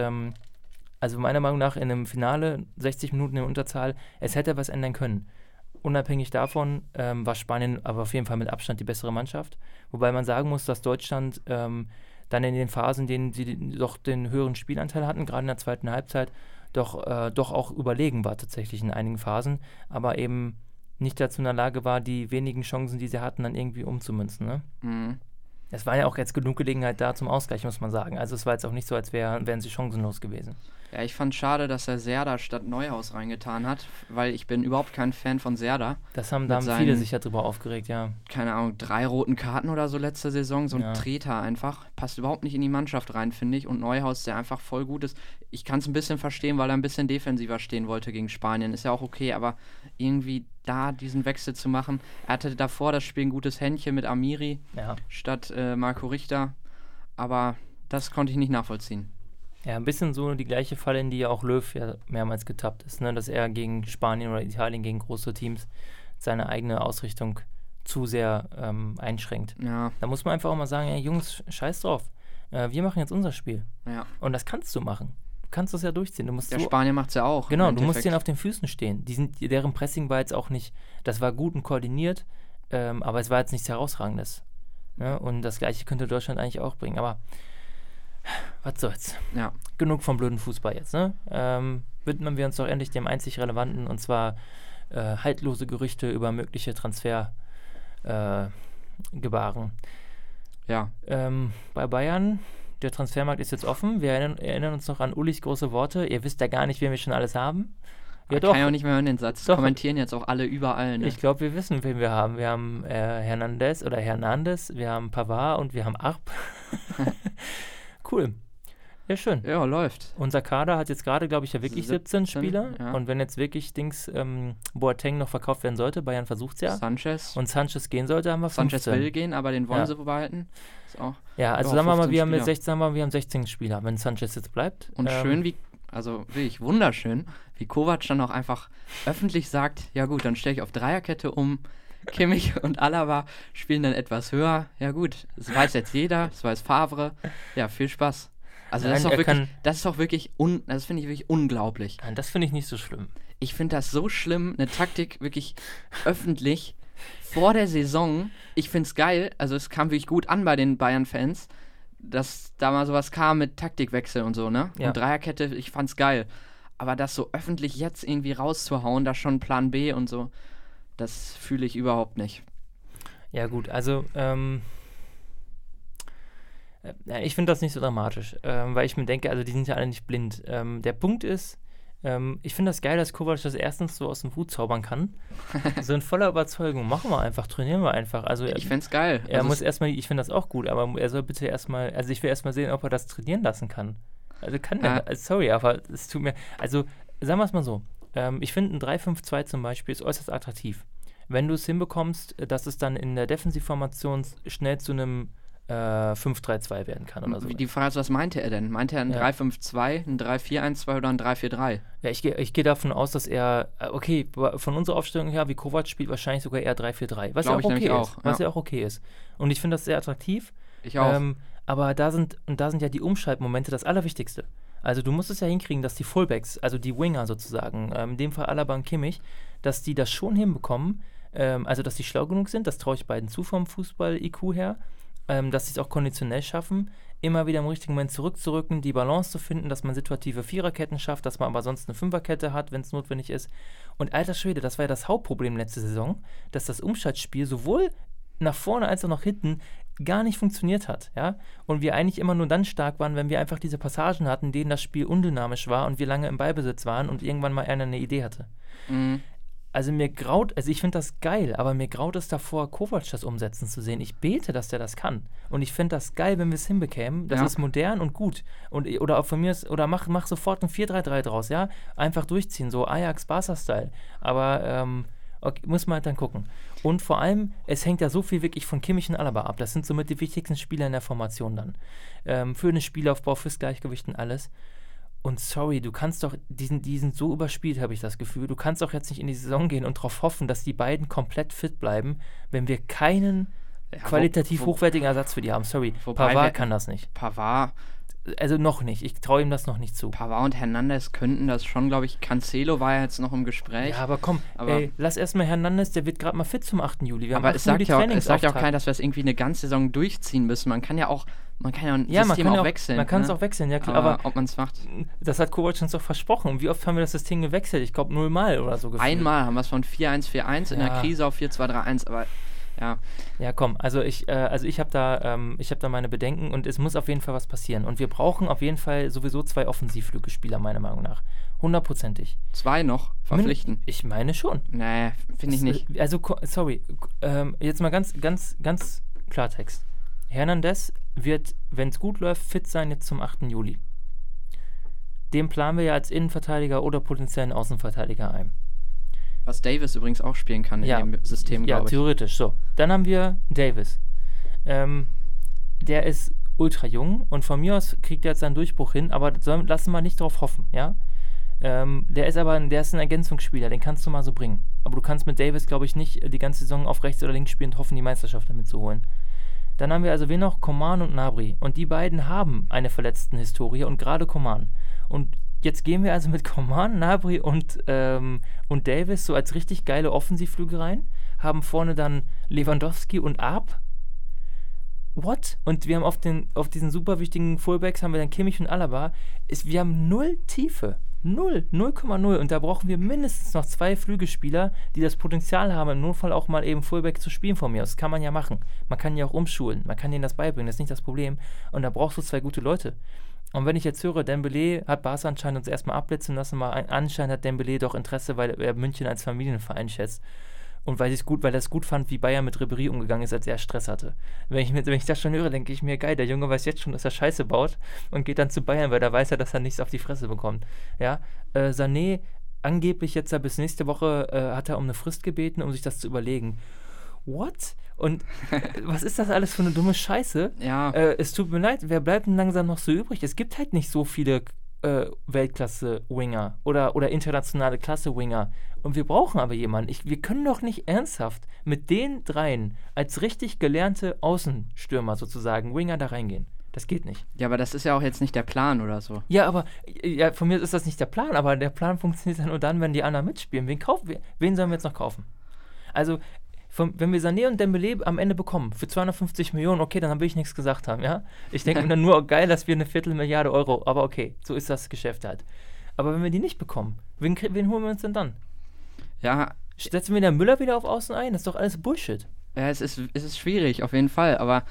[SPEAKER 1] also meiner Meinung nach in einem Finale, 60 Minuten in Unterzahl, es hätte was ändern können. Unabhängig davon war Spanien aber auf jeden Fall mit Abstand die bessere Mannschaft. Wobei man sagen muss, dass Deutschland dann in den Phasen, in denen sie doch den höheren Spielanteil hatten, gerade in der zweiten Halbzeit, doch auch überlegen war tatsächlich in einigen Phasen, aber eben nicht dazu in der Lage war, die wenigen Chancen, die sie hatten, dann irgendwie umzumünzen. Ne?
[SPEAKER 2] Mhm.
[SPEAKER 1] Es war ja auch jetzt genug Gelegenheit da zum Ausgleich, muss man sagen. Also es war jetzt auch nicht so, als wären sie chancenlos gewesen.
[SPEAKER 2] Ja, ich fand schade, dass er Serda statt Neuhaus reingetan hat, weil ich bin überhaupt kein Fan von Serda.
[SPEAKER 1] Da haben viele sich ja drüber aufgeregt, ja.
[SPEAKER 2] Keine Ahnung, 3 roten Karten oder so letzte Saison, so ein Treter einfach. Passt überhaupt nicht in die Mannschaft rein, finde ich. Und Neuhaus, der einfach voll gut ist. Ich kann es ein bisschen verstehen, weil er ein bisschen defensiver stehen wollte gegen Spanien. Ist ja auch okay, aber irgendwie da diesen Wechsel zu machen. Er hatte davor das Spiel ein gutes Händchen mit Amiri statt Marco Richter. Aber das konnte ich nicht nachvollziehen.
[SPEAKER 1] Ja, ein bisschen so die gleiche Falle, in die ja auch Löw ja mehrmals getappt ist, ne? Dass er gegen Spanien oder Italien, gegen große Teams, seine eigene Ausrichtung zu sehr einschränkt.
[SPEAKER 2] Ja.
[SPEAKER 1] Da muss man einfach auch mal sagen, ey Jungs, scheiß drauf, wir machen jetzt unser Spiel.
[SPEAKER 2] Ja.
[SPEAKER 1] Und das kannst du machen. Du kannst das ja durchziehen.
[SPEAKER 2] Der Spanier macht es ja auch.
[SPEAKER 1] Genau, du musst denen auf den Füßen stehen. Deren Pressing war jetzt auch nicht, das war gut und koordiniert, aber es war jetzt nichts Herausragendes. Ne? Und das Gleiche könnte Deutschland eigentlich auch bringen. Aber was soll's.
[SPEAKER 2] Ja.
[SPEAKER 1] Genug vom blöden Fußball jetzt, ne? Widmen wir uns doch endlich dem einzig Relevanten, und zwar haltlose Gerüchte über mögliche Transfergebaren.
[SPEAKER 2] Ja.
[SPEAKER 1] Bei Bayern, der Transfermarkt ist jetzt offen. Wir erinnern uns noch an Ulis große Worte. Ihr wisst ja gar nicht, wen wir schon alles haben.
[SPEAKER 2] Ja, doch. Kann ja auch nicht mehr hören den Satz. Doch. Kommentieren jetzt auch alle überall, ne?
[SPEAKER 1] Ich glaube, wir wissen, wen wir haben. Wir haben Hernandez, wir haben Pavard und wir haben Arp. Cool. Ja, schön.
[SPEAKER 2] Ja, läuft.
[SPEAKER 1] Unser Kader hat jetzt gerade, glaube ich, ja wirklich 17 Spieler. Ja. Und wenn jetzt wirklich Boateng noch verkauft werden sollte, Bayern versucht es ja. Sanchez gehen sollte, haben wir 15.
[SPEAKER 2] Sanchez will gehen, aber den wollen sie behalten. Ist auch
[SPEAKER 1] ja, also sagen wir mal, wir haben 16 Spieler, wenn Sanchez jetzt bleibt.
[SPEAKER 2] Und schön wirklich wunderschön, wie Kovac dann auch einfach öffentlich sagt, ja gut, dann stelle ich auf Dreierkette um. Kimmich und Alaba spielen dann etwas höher. Ja gut, das weiß jetzt jeder, das weiß Favre. Ja, viel Spaß. Also das finde ich wirklich unglaublich.
[SPEAKER 1] Nein, das finde ich nicht so schlimm.
[SPEAKER 2] Ich finde das so schlimm, eine Taktik wirklich öffentlich vor der Saison. Ich finde es geil, also es kam wirklich gut an bei den Bayern-Fans, dass da mal sowas kam mit Taktikwechsel und so, ne? Ja. Und Dreierkette, ich fand's geil. Aber das so öffentlich jetzt irgendwie rauszuhauen, da schon Plan B und so, das fühle ich überhaupt nicht.
[SPEAKER 1] Ja gut, also ich finde das nicht so dramatisch, weil ich mir denke, also die sind ja alle nicht blind. Der Punkt ist, ich finde das geil, dass Kovac das erstens so aus dem Hut zaubern kann. So in voller Überzeugung, trainieren wir einfach. Also
[SPEAKER 2] ich finde es geil.
[SPEAKER 1] Ich finde das auch gut, aber er soll bitte erstmal, also ich will erstmal sehen, ob er das trainieren lassen kann. Also sorry, aber es tut mir, also sagen wir es mal so, ich finde ein 3-5-2 zum Beispiel ist äußerst attraktiv. Wenn du es hinbekommst, dass es dann in der Defensivformation schnell zu einem 5-3-2 werden kann oder so.
[SPEAKER 2] Die Frage ist, was meinte er denn? Meinte er ein 3-5-2, ein 3-4-1-2 oder ein 3-4-3?
[SPEAKER 1] Ja, ich geh davon aus, dass er, okay, von unserer Aufstellung her, wie Kovac spielt, wahrscheinlich sogar eher 3-4-3, was ja auch okay ist. Und ich finde das sehr attraktiv.
[SPEAKER 2] Ich auch.
[SPEAKER 1] Aber da sind ja die Umschaltmomente das Allerwichtigste. Also du musst es ja hinkriegen, dass die Fullbacks, also die Winger sozusagen, in dem Fall Alaba und Kimmich, dass die das schon hinbekommen, also dass die schlau genug sind, das traue ich beiden zu vom Fußball-IQ her, dass sie es auch konditionell schaffen, immer wieder im richtigen Moment zurückzurücken, die Balance zu finden, dass man situative Viererketten schafft, dass man aber sonst eine Fünferkette hat, wenn es notwendig ist. Und alter Schwede, das war ja das Hauptproblem letzte Saison, dass das Umschaltspiel sowohl nach vorne als auch nach hinten gar nicht funktioniert hat, ja, und wir eigentlich immer nur dann stark waren, wenn wir einfach diese Passagen hatten, in denen das Spiel undynamisch war und wir lange im Ballbesitz waren und irgendwann mal einer eine Idee hatte. Also ich finde das geil, aber mir graut es davor, Kovac das umsetzen zu sehen. Ich bete, dass der das kann. Und ich fände das geil, wenn wir es hinbekämen. Das ist modern und gut. Oder auch von mir ist, oder mach sofort ein 4-3-3 draus, ja? Einfach durchziehen, so Ajax-Barca-Style. Aber okay, muss man halt dann gucken. Und vor allem, es hängt ja so viel wirklich von Kimmich und Alaba ab. Das sind somit die wichtigsten Spieler in der Formation dann. Für den Spielaufbau, fürs Gleichgewicht und alles. Und sorry, du kannst doch, die sind so überspielt, habe ich das Gefühl. Du kannst doch jetzt nicht in die Saison gehen und darauf hoffen, dass die beiden komplett fit bleiben, wenn wir keinen qualitativ hochwertigen Ersatz für die haben. Sorry, Pavard kann das nicht.
[SPEAKER 2] Pavard.
[SPEAKER 1] Also noch nicht. Ich traue ihm das noch nicht zu.
[SPEAKER 2] Pavard und Hernandez könnten das schon, glaube ich. Cancelo war ja jetzt noch im Gespräch.
[SPEAKER 1] Ja, aber komm, lass erstmal Hernandez, der wird gerade mal fit zum 8. Juli.
[SPEAKER 2] Aber es sagt ja auch keiner, dass wir es irgendwie eine ganze Saison durchziehen müssen. Man kann ja ein System auch wechseln.
[SPEAKER 1] Man kann es auch wechseln, ja klar. Aber
[SPEAKER 2] ob man es macht.
[SPEAKER 1] Das hat Kovac uns doch versprochen. Und wie oft haben wir das System gewechselt? Ich glaube 0-mal oder so gefühlt.
[SPEAKER 2] Einmal haben wir es von 4-1-4-1 in der Krise auf 4-2-3-1, aber ja.
[SPEAKER 1] Ja, komm, also ich habe da meine Bedenken und es muss auf jeden Fall was passieren. Und wir brauchen auf jeden Fall sowieso 2 Offensivflügelspieler, meiner Meinung nach. 100%ig.
[SPEAKER 2] 2 noch verpflichten?
[SPEAKER 1] Ich meine schon.
[SPEAKER 2] Nee, finde ich nicht.
[SPEAKER 1] Also, sorry, jetzt mal ganz Klartext. Hernandez wird, wenn es gut läuft, fit sein jetzt zum 8. Juli. Den planen wir ja als Innenverteidiger oder potenziellen Außenverteidiger ein.
[SPEAKER 2] Was Davis übrigens auch spielen kann in dem System, glaube ich. Ja,
[SPEAKER 1] theoretisch. So, dann haben wir Davis. Der ist ultra jung und von mir aus kriegt er jetzt seinen Durchbruch hin, aber lassen wir nicht drauf hoffen, ja? Der ist ein Ergänzungsspieler, den kannst du mal so bringen. Aber du kannst mit Davis, glaube ich, nicht die ganze Saison auf rechts oder links spielen und hoffen, die Meisterschaft damit zu holen. Dann haben wir also wen noch? Coman und Gnabry. Und die beiden haben eine Verletzten-Historie und gerade Coman. Und jetzt gehen wir also mit Coman, Gnabry und Davis so als richtig geile Offensivflügel rein, haben vorne dann Lewandowski und Arp. What? Und wir haben auf diesen super wichtigen Fullbacks haben wir dann Kimmich und Alaba. Wir haben 0 Tiefe. 0,0. Und da brauchen wir mindestens noch 2 Flügelspieler, die das Potenzial haben, im Notfall auch mal eben Fullback zu spielen von mir aus. Das kann man ja machen. Man kann ja auch umschulen. Man kann denen das beibringen. Das ist nicht das Problem. Und da brauchst du 2 gute Leute. Und wenn ich jetzt höre, Dembélé hat Barca anscheinend uns erstmal abblitzen lassen, mal anscheinend hat Dembélé doch Interesse, weil er München als Familienverein schätzt. Und weil er es gut fand, wie Bayern mit Ribéry umgegangen ist, als er Stress hatte. Wenn ich das schon höre, denke ich mir, geil, der Junge weiß jetzt schon, dass er Scheiße baut und geht dann zu Bayern, weil da weiß er, dass er nichts auf die Fresse bekommt. Ja? Sané, angeblich jetzt bis nächste Woche hat er um eine Frist gebeten, um sich das zu überlegen. What? Und was ist das alles für eine dumme Scheiße?
[SPEAKER 2] Ja.
[SPEAKER 1] Es tut mir leid, wer bleibt denn langsam noch so übrig? Es gibt halt nicht so viele Weltklasse-Winger oder internationale Klasse-Winger. Und wir brauchen aber jemanden. Wir können doch nicht ernsthaft mit den dreien als richtig gelernte Außenstürmer sozusagen, Winger, da reingehen. Das geht nicht.
[SPEAKER 2] Ja, aber das ist ja auch jetzt nicht der Plan oder so.
[SPEAKER 1] Ja, aber von mir ist das nicht der Plan, aber der Plan funktioniert ja nur dann, wenn die anderen mitspielen. Wen sollen wir jetzt noch kaufen? Also, wenn wir Sané und Dembélé am Ende bekommen, für 250 Millionen, okay, dann will ich nichts gesagt haben, ja? Ich denke mir dann nur, geil, dass wir 250 Milliarden Euro, aber okay, so ist das Geschäft halt. Aber wenn wir die nicht bekommen, wen holen wir uns denn dann?
[SPEAKER 2] Ja.
[SPEAKER 1] Setzen wir den Müller wieder auf Außen ein? Das ist doch alles Bullshit.
[SPEAKER 2] Ja, es ist schwierig, auf jeden Fall, aber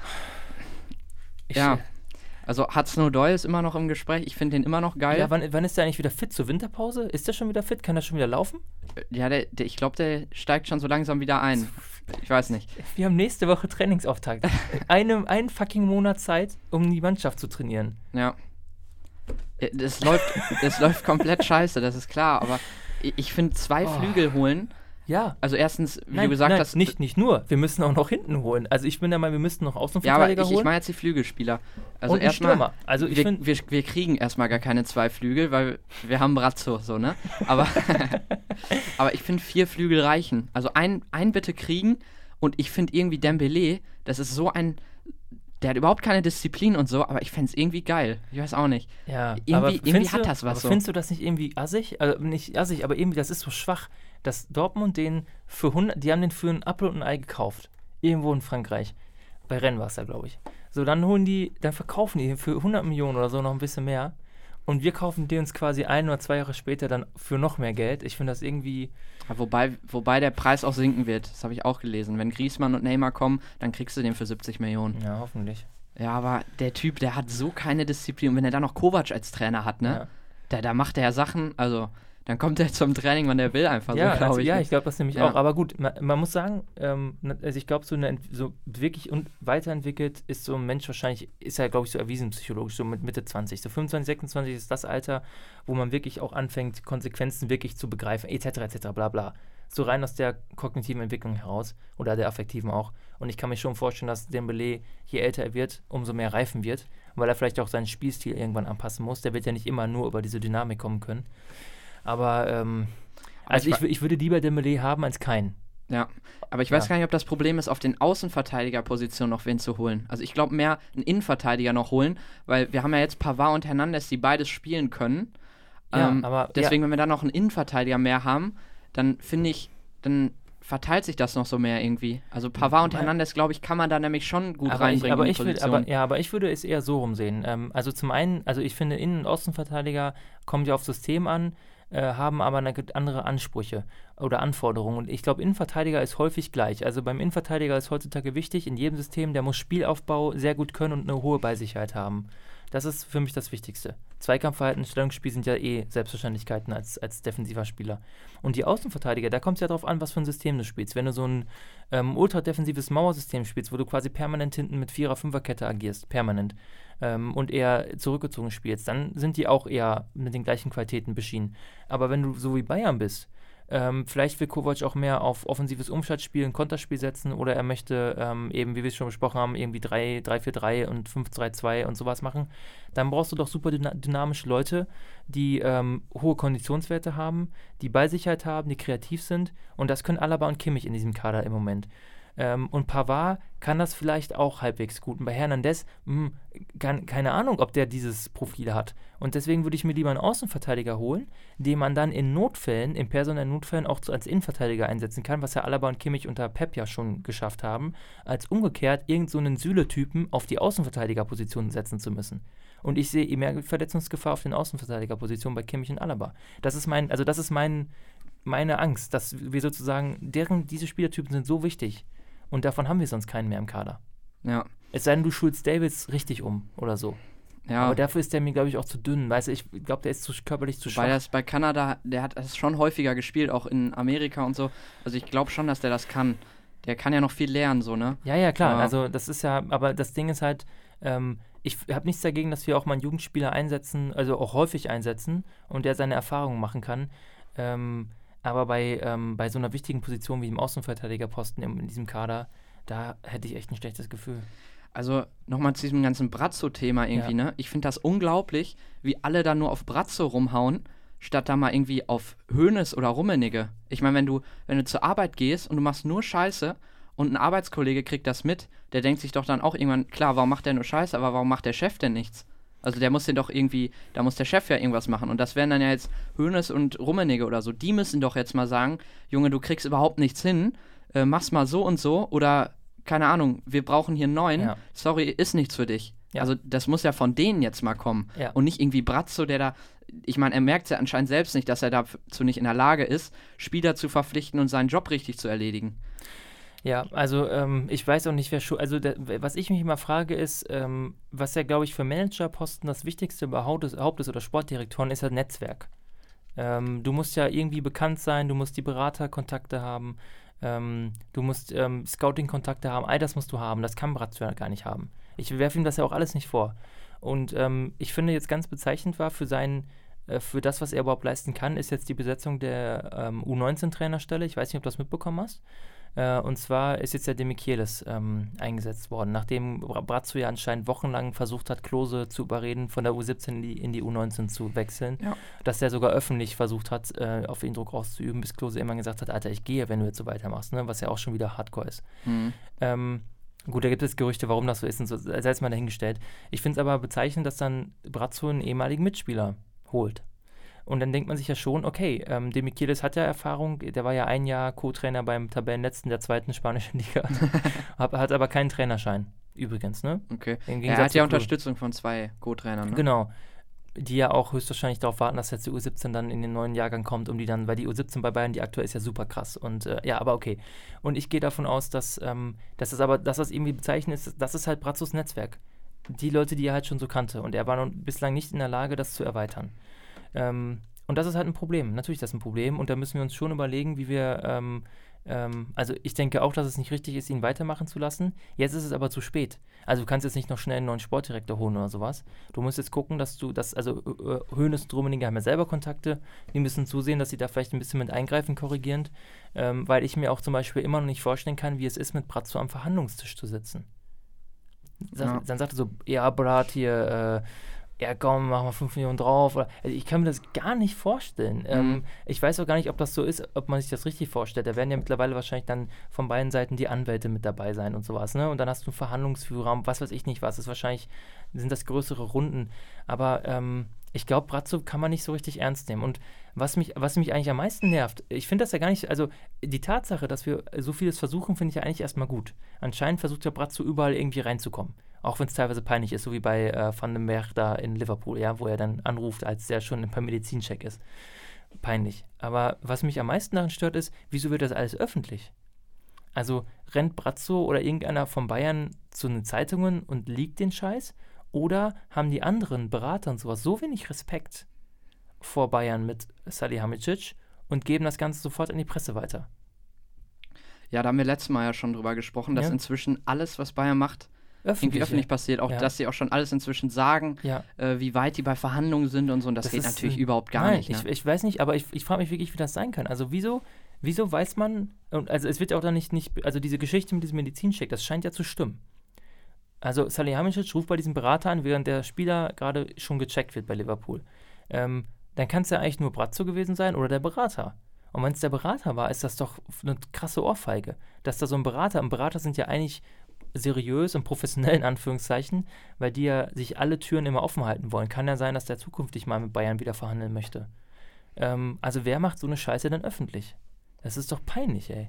[SPEAKER 2] also Hudson-Odoi ist immer noch im Gespräch, ich finde den immer noch geil.
[SPEAKER 1] Ja, wann ist der eigentlich wieder fit? Zur Winterpause? Ist der schon wieder fit? Kann der schon wieder laufen?
[SPEAKER 2] Ja, ich glaube, der steigt schon so langsam wieder ein. Ich weiß nicht.
[SPEAKER 1] Wir haben nächste Woche Trainingsauftakt. einen fucking Monat Zeit, um die Mannschaft zu trainieren.
[SPEAKER 2] Ja. Das läuft komplett scheiße, das ist klar, aber ich finde 2 Flügel holen.
[SPEAKER 1] Ja.
[SPEAKER 2] Also erstens, wie du gesagt hast...
[SPEAKER 1] Nicht nur. Wir müssen auch noch hinten holen. Also ich bin der Meinung, wir müssten noch Außenverteidiger holen.
[SPEAKER 2] Ja, aber ich meine jetzt die Flügelspieler. Also
[SPEAKER 1] und erstmal, also
[SPEAKER 2] wir kriegen erstmal gar keine 2 Flügel, weil wir haben Brazzo, so, ne? Aber ich finde 4 Flügel reichen. Also einen bitte kriegen und ich finde irgendwie Dembélé, das ist so ein... Der hat überhaupt keine Disziplin und so, aber ich fände es irgendwie geil. Ich weiß auch nicht.
[SPEAKER 1] Ja,
[SPEAKER 2] irgendwie hat das was
[SPEAKER 1] aber
[SPEAKER 2] so.
[SPEAKER 1] Findest du das nicht irgendwie assig? Also nicht assig, aber irgendwie, das ist so schwach, dass Dortmund den die haben den für ein Apfel und ein Ei gekauft. Irgendwo in Frankreich. Bei Rennes war es da, glaube ich. So, dann verkaufen die den für 100 Millionen oder so, noch ein bisschen mehr. und wir kaufen die uns quasi 1 oder 2 Jahre später dann für noch mehr Geld. Ich finde das irgendwie...
[SPEAKER 2] Ja, wobei der Preis auch sinken wird, das habe ich auch gelesen. Wenn Griezmann und Neymar kommen, dann kriegst du den für 70 Millionen.
[SPEAKER 1] Ja, hoffentlich.
[SPEAKER 2] Ja, aber der Typ, der hat so keine Disziplin. Und wenn er dann noch Kovac als Trainer hat, ne?
[SPEAKER 1] Ja.
[SPEAKER 2] Da macht er ja Sachen, also dann kommt er zum Training, wann der will, einfach
[SPEAKER 1] Ja,
[SPEAKER 2] so, glaube ich.
[SPEAKER 1] Ja, ich glaube das nämlich
[SPEAKER 2] Ja.
[SPEAKER 1] auch. Aber gut, man muss sagen, also ich glaube, so wirklich weiterentwickelt ist so ein Mensch wahrscheinlich, ist ja, glaube ich, so erwiesen psychologisch, so mit Mitte 20. So 25, 26 ist das Alter, wo man wirklich auch anfängt, Konsequenzen wirklich zu begreifen, etc., bla bla. So rein aus der kognitiven Entwicklung heraus oder der affektiven auch. Und ich kann mir schon vorstellen, dass Dembélé, je älter er wird, umso mehr reifen wird, weil er vielleicht auch seinen Spielstil irgendwann anpassen muss. Der wird ja nicht immer nur über diese Dynamik kommen können. Aber also ich würde lieber Dembélé haben als keinen.
[SPEAKER 2] Ja, aber ich weiß gar nicht, ob das Problem ist, auf den Außenverteidigerpositionen noch wen zu holen. Also ich glaube mehr einen Innenverteidiger noch holen, weil wir haben ja jetzt Pavard und Hernandez, die beides spielen können.
[SPEAKER 1] Ja, aber
[SPEAKER 2] deswegen, wenn wir dann noch einen Innenverteidiger mehr haben, dann finde ich, dann verteilt sich das noch so mehr irgendwie. Also Pavard und Hernandez, glaube ich, kann man da nämlich schon gut reinbringen in die Position.
[SPEAKER 1] Aber ich würde es eher so rumsehen. Also zum einen, also ich finde, Innen- und Außenverteidiger kommen ja auf System an, haben aber andere Ansprüche oder Anforderungen. Und ich glaube, Innenverteidiger ist häufig gleich. Also beim Innenverteidiger ist heutzutage wichtig, in jedem System, der muss Spielaufbau sehr gut können und eine hohe Beisicherheit haben. Das ist für mich das Wichtigste. Zweikampfverhalten, Stellungsspiel sind ja Selbstverständlichkeiten als defensiver Spieler. Und die Außenverteidiger, da kommt es ja darauf an, was für ein System du spielst. Wenn du so ein ultradefensives Mauersystem spielst, wo du quasi permanent hinten mit 4er-5er-Kette agierst, permanent, und eher zurückgezogen spielst, dann sind die auch eher mit den gleichen Qualitäten beschienen. Aber wenn du so wie Bayern bist, vielleicht will Kovac auch mehr auf offensives Umschaltspiel, ein Konterspiel setzen oder er möchte eben, wie wir es schon besprochen haben, irgendwie 3-4-3 und 5-3-2 und sowas machen. Dann brauchst du doch super dynamische Leute, die hohe Konditionswerte haben, die Ballsicherheit haben, die kreativ sind und das können Alaba und Kimmich in diesem Kader im Moment. Und Pavard kann das vielleicht auch halbwegs gut. Und bei Hernandez, keine Ahnung, ob der dieses Profil hat. Und deswegen würde ich mir lieber einen Außenverteidiger holen, den man dann in Notfällen, in personellen Notfällen auch als Innenverteidiger einsetzen kann, was ja Alaba und Kimmich unter Pep ja schon geschafft haben, als umgekehrt irgend so einen Süle-Typen auf die Außenverteidigerposition setzen zu müssen. Und ich sehe mehr Verletzungsgefahr auf den Außenverteidigerpositionen bei Kimmich und Alaba. Das ist meine Angst, dass wir sozusagen, diese Spielertypen sind so wichtig. Und davon haben wir sonst keinen mehr im Kader.
[SPEAKER 2] Ja.
[SPEAKER 1] Es sei denn, du schulst Davids richtig um oder so.
[SPEAKER 2] Ja.
[SPEAKER 1] Aber dafür ist der mir, glaube ich, auch zu dünn. Weißt du, ich glaube, der ist körperlich zu schwach.
[SPEAKER 2] Weil das bei Kanada, der hat das schon häufiger gespielt, auch in Amerika und so. Also ich glaube schon, dass der das kann. Der kann ja noch viel lernen, so, ne?
[SPEAKER 1] Ja, klar. Also das ist ja, aber das Ding ist halt, ich habe nichts dagegen, dass wir auch mal einen Jugendspieler einsetzen, also auch häufig einsetzen und der seine Erfahrungen machen kann. Aber bei so einer wichtigen Position wie dem Außenverteidigerposten in diesem Kader, da hätte ich echt ein schlechtes Gefühl.
[SPEAKER 2] Also nochmal zu diesem ganzen Brazzo-Thema irgendwie, ne? Ich finde das unglaublich, wie alle da nur auf Brazzo rumhauen, statt da mal irgendwie auf Hoeneß oder Rummenigge. Ich meine, wenn du zur Arbeit gehst und du machst nur Scheiße und ein Arbeitskollege kriegt das mit, der denkt sich doch dann auch irgendwann, klar, warum macht der nur Scheiße, aber warum macht der Chef denn nichts? Also der muss den doch irgendwie, da muss der Chef ja irgendwas machen. Und das wären dann ja jetzt Hoeneß und Rummenigge oder so. Die müssen doch jetzt mal sagen, Junge, du kriegst überhaupt nichts hin, mach's mal so und so. Oder, keine Ahnung, wir brauchen hier einen neuen. Ja. Sorry, ist nichts für dich. Ja. Also das muss ja von denen jetzt mal kommen. Ja. Und nicht irgendwie Brazzo, der da, ich meine, er merkt es ja anscheinend selbst nicht, dass er dazu nicht in der Lage ist, Spieler zu verpflichten und seinen Job richtig zu erledigen.
[SPEAKER 1] Ja, also ich weiß auch nicht, wer schon, also was ich mich immer frage ist, was ja, glaube ich, für Managerposten das Wichtigste überhaupt ist oder Sportdirektoren, ist das Netzwerk. Du musst ja irgendwie bekannt sein, du musst die Beraterkontakte haben, du musst Scouting-Kontakte haben, all das musst du haben, das kann Brazzo ja gar nicht haben. Ich werfe ihm das ja auch alles nicht vor. Und ich finde jetzt ganz bezeichnend war für das, was er überhaupt leisten kann, ist jetzt die Besetzung der U19-Trainerstelle. Ich weiß nicht, ob du das mitbekommen hast. Und zwar ist jetzt der Demichelis eingesetzt worden, nachdem Brazzo ja anscheinend wochenlang versucht hat, Klose zu überreden, von der U17 in die U19 zu wechseln. Ja. Dass der sogar öffentlich versucht hat, auf ihn Druck auszuüben, bis Klose immer gesagt hat, Alter, ich gehe, wenn du jetzt so weitermachst, ne? Was ja auch schon wieder Hardcore ist. Gut, da gibt es Gerüchte, warum das so ist und so, sei es mal dahingestellt. Ich finde es aber bezeichnend, dass dann Brazzo einen ehemaligen Mitspieler holt. Und dann denkt man sich ja schon, okay, Demichelis hat ja Erfahrung, der war ja ein Jahr Co-Trainer beim Tabellenletzten der 2. spanischen Liga, hat aber keinen Trainerschein, übrigens, ne?
[SPEAKER 2] Okay. Er hat ja Unterstützung von 2 Co-Trainern, ne?
[SPEAKER 1] Genau. die ja auch höchstwahrscheinlich darauf warten, dass jetzt die U17 dann in den neuen Jahrgang kommt, um die dann, weil die U17 bei Bayern, die aktuell ist ja super krass. Und ja, aber okay. Und ich gehe davon aus, dass das irgendwie bezeichnet ist, das ist halt Brazzos Netzwerk. Die Leute, die er halt schon so kannte. Und er war noch bislang nicht in der Lage, das zu erweitern. Und das ist halt ein Problem. Natürlich ist das ein Problem. Und da müssen wir uns schon überlegen, wie wir also ich denke auch, dass es nicht richtig ist, ihn weitermachen zu lassen. Jetzt ist es aber zu spät. Also du kannst jetzt nicht noch schnell einen neuen Sportdirektor holen oder sowas. Du musst jetzt gucken, dass du das, also Hoeneß und Rummenigge haben ja selber Kontakte, die müssen zusehen, dass sie da vielleicht ein bisschen mit eingreifen, korrigierend, weil ich mir auch zum Beispiel immer noch nicht vorstellen kann, wie es ist, mit Brazzo am Verhandlungstisch zu sitzen. Dann sagt er so, ja Brat, hier, ja komm, mach mal 5 Millionen drauf. Oder, also ich kann mir das gar nicht vorstellen. Ich weiß auch gar nicht, ob das so ist, ob man sich das richtig vorstellt. Da werden ja mittlerweile wahrscheinlich dann von beiden Seiten die Anwälte mit dabei sein und sowas. Ne? Und dann hast du einen Verhandlungsführer, was weiß ich nicht was. Das ist wahrscheinlich, sind das größere Runden. Aber ich glaube, Brazzo kann man nicht so richtig ernst nehmen. Und was mich eigentlich am meisten nervt, ich finde das ja gar nicht, also die Tatsache, dass wir so vieles versuchen, finde ich ja eigentlich erstmal gut. Anscheinend versucht ja Brazzo überall irgendwie reinzukommen. Auch wenn es teilweise peinlich ist, so wie bei Van den Berg da in Liverpool, ja, wo er dann anruft, als der schon per Medizincheck ist. Peinlich. Aber was mich am meisten daran stört, ist, wieso wird das alles öffentlich? Also rennt Brazzo oder irgendeiner von Bayern zu den Zeitungen und liegt den Scheiß? Oder haben die anderen Berater und sowas so wenig Respekt vor Bayern mit Salihamidzic und geben das Ganze sofort in die Presse weiter?
[SPEAKER 2] Ja, da haben wir letztes Mal ja schon drüber gesprochen, dass inzwischen alles, was Bayern macht, irgendwie öffentlich passiert. Auch, dass sie auch schon alles inzwischen sagen, wie weit die bei Verhandlungen sind und so. Und das geht natürlich überhaupt gar nicht. Ne?
[SPEAKER 1] Ich weiß nicht, aber ich frage mich wirklich, wie das sein kann. Also wieso weiß man, also es wird auch dann nicht, also diese Geschichte mit diesem Medizincheck, das scheint ja zu stimmen. Also Salihamidzic ruft bei diesem Berater an, während der Spieler gerade schon gecheckt wird bei Liverpool. Dann kann es ja eigentlich nur Brazzo gewesen sein oder der Berater. Und wenn es der Berater war, ist das doch eine krasse Ohrfeige. Dass da so ein Berater sind ja eigentlich seriös und professionell in Anführungszeichen, weil die ja sich alle Türen immer offen halten wollen. Kann ja sein, dass der zukünftig mal mit Bayern wieder verhandeln möchte. Also wer macht so eine Scheiße denn öffentlich? Das ist doch peinlich, ey.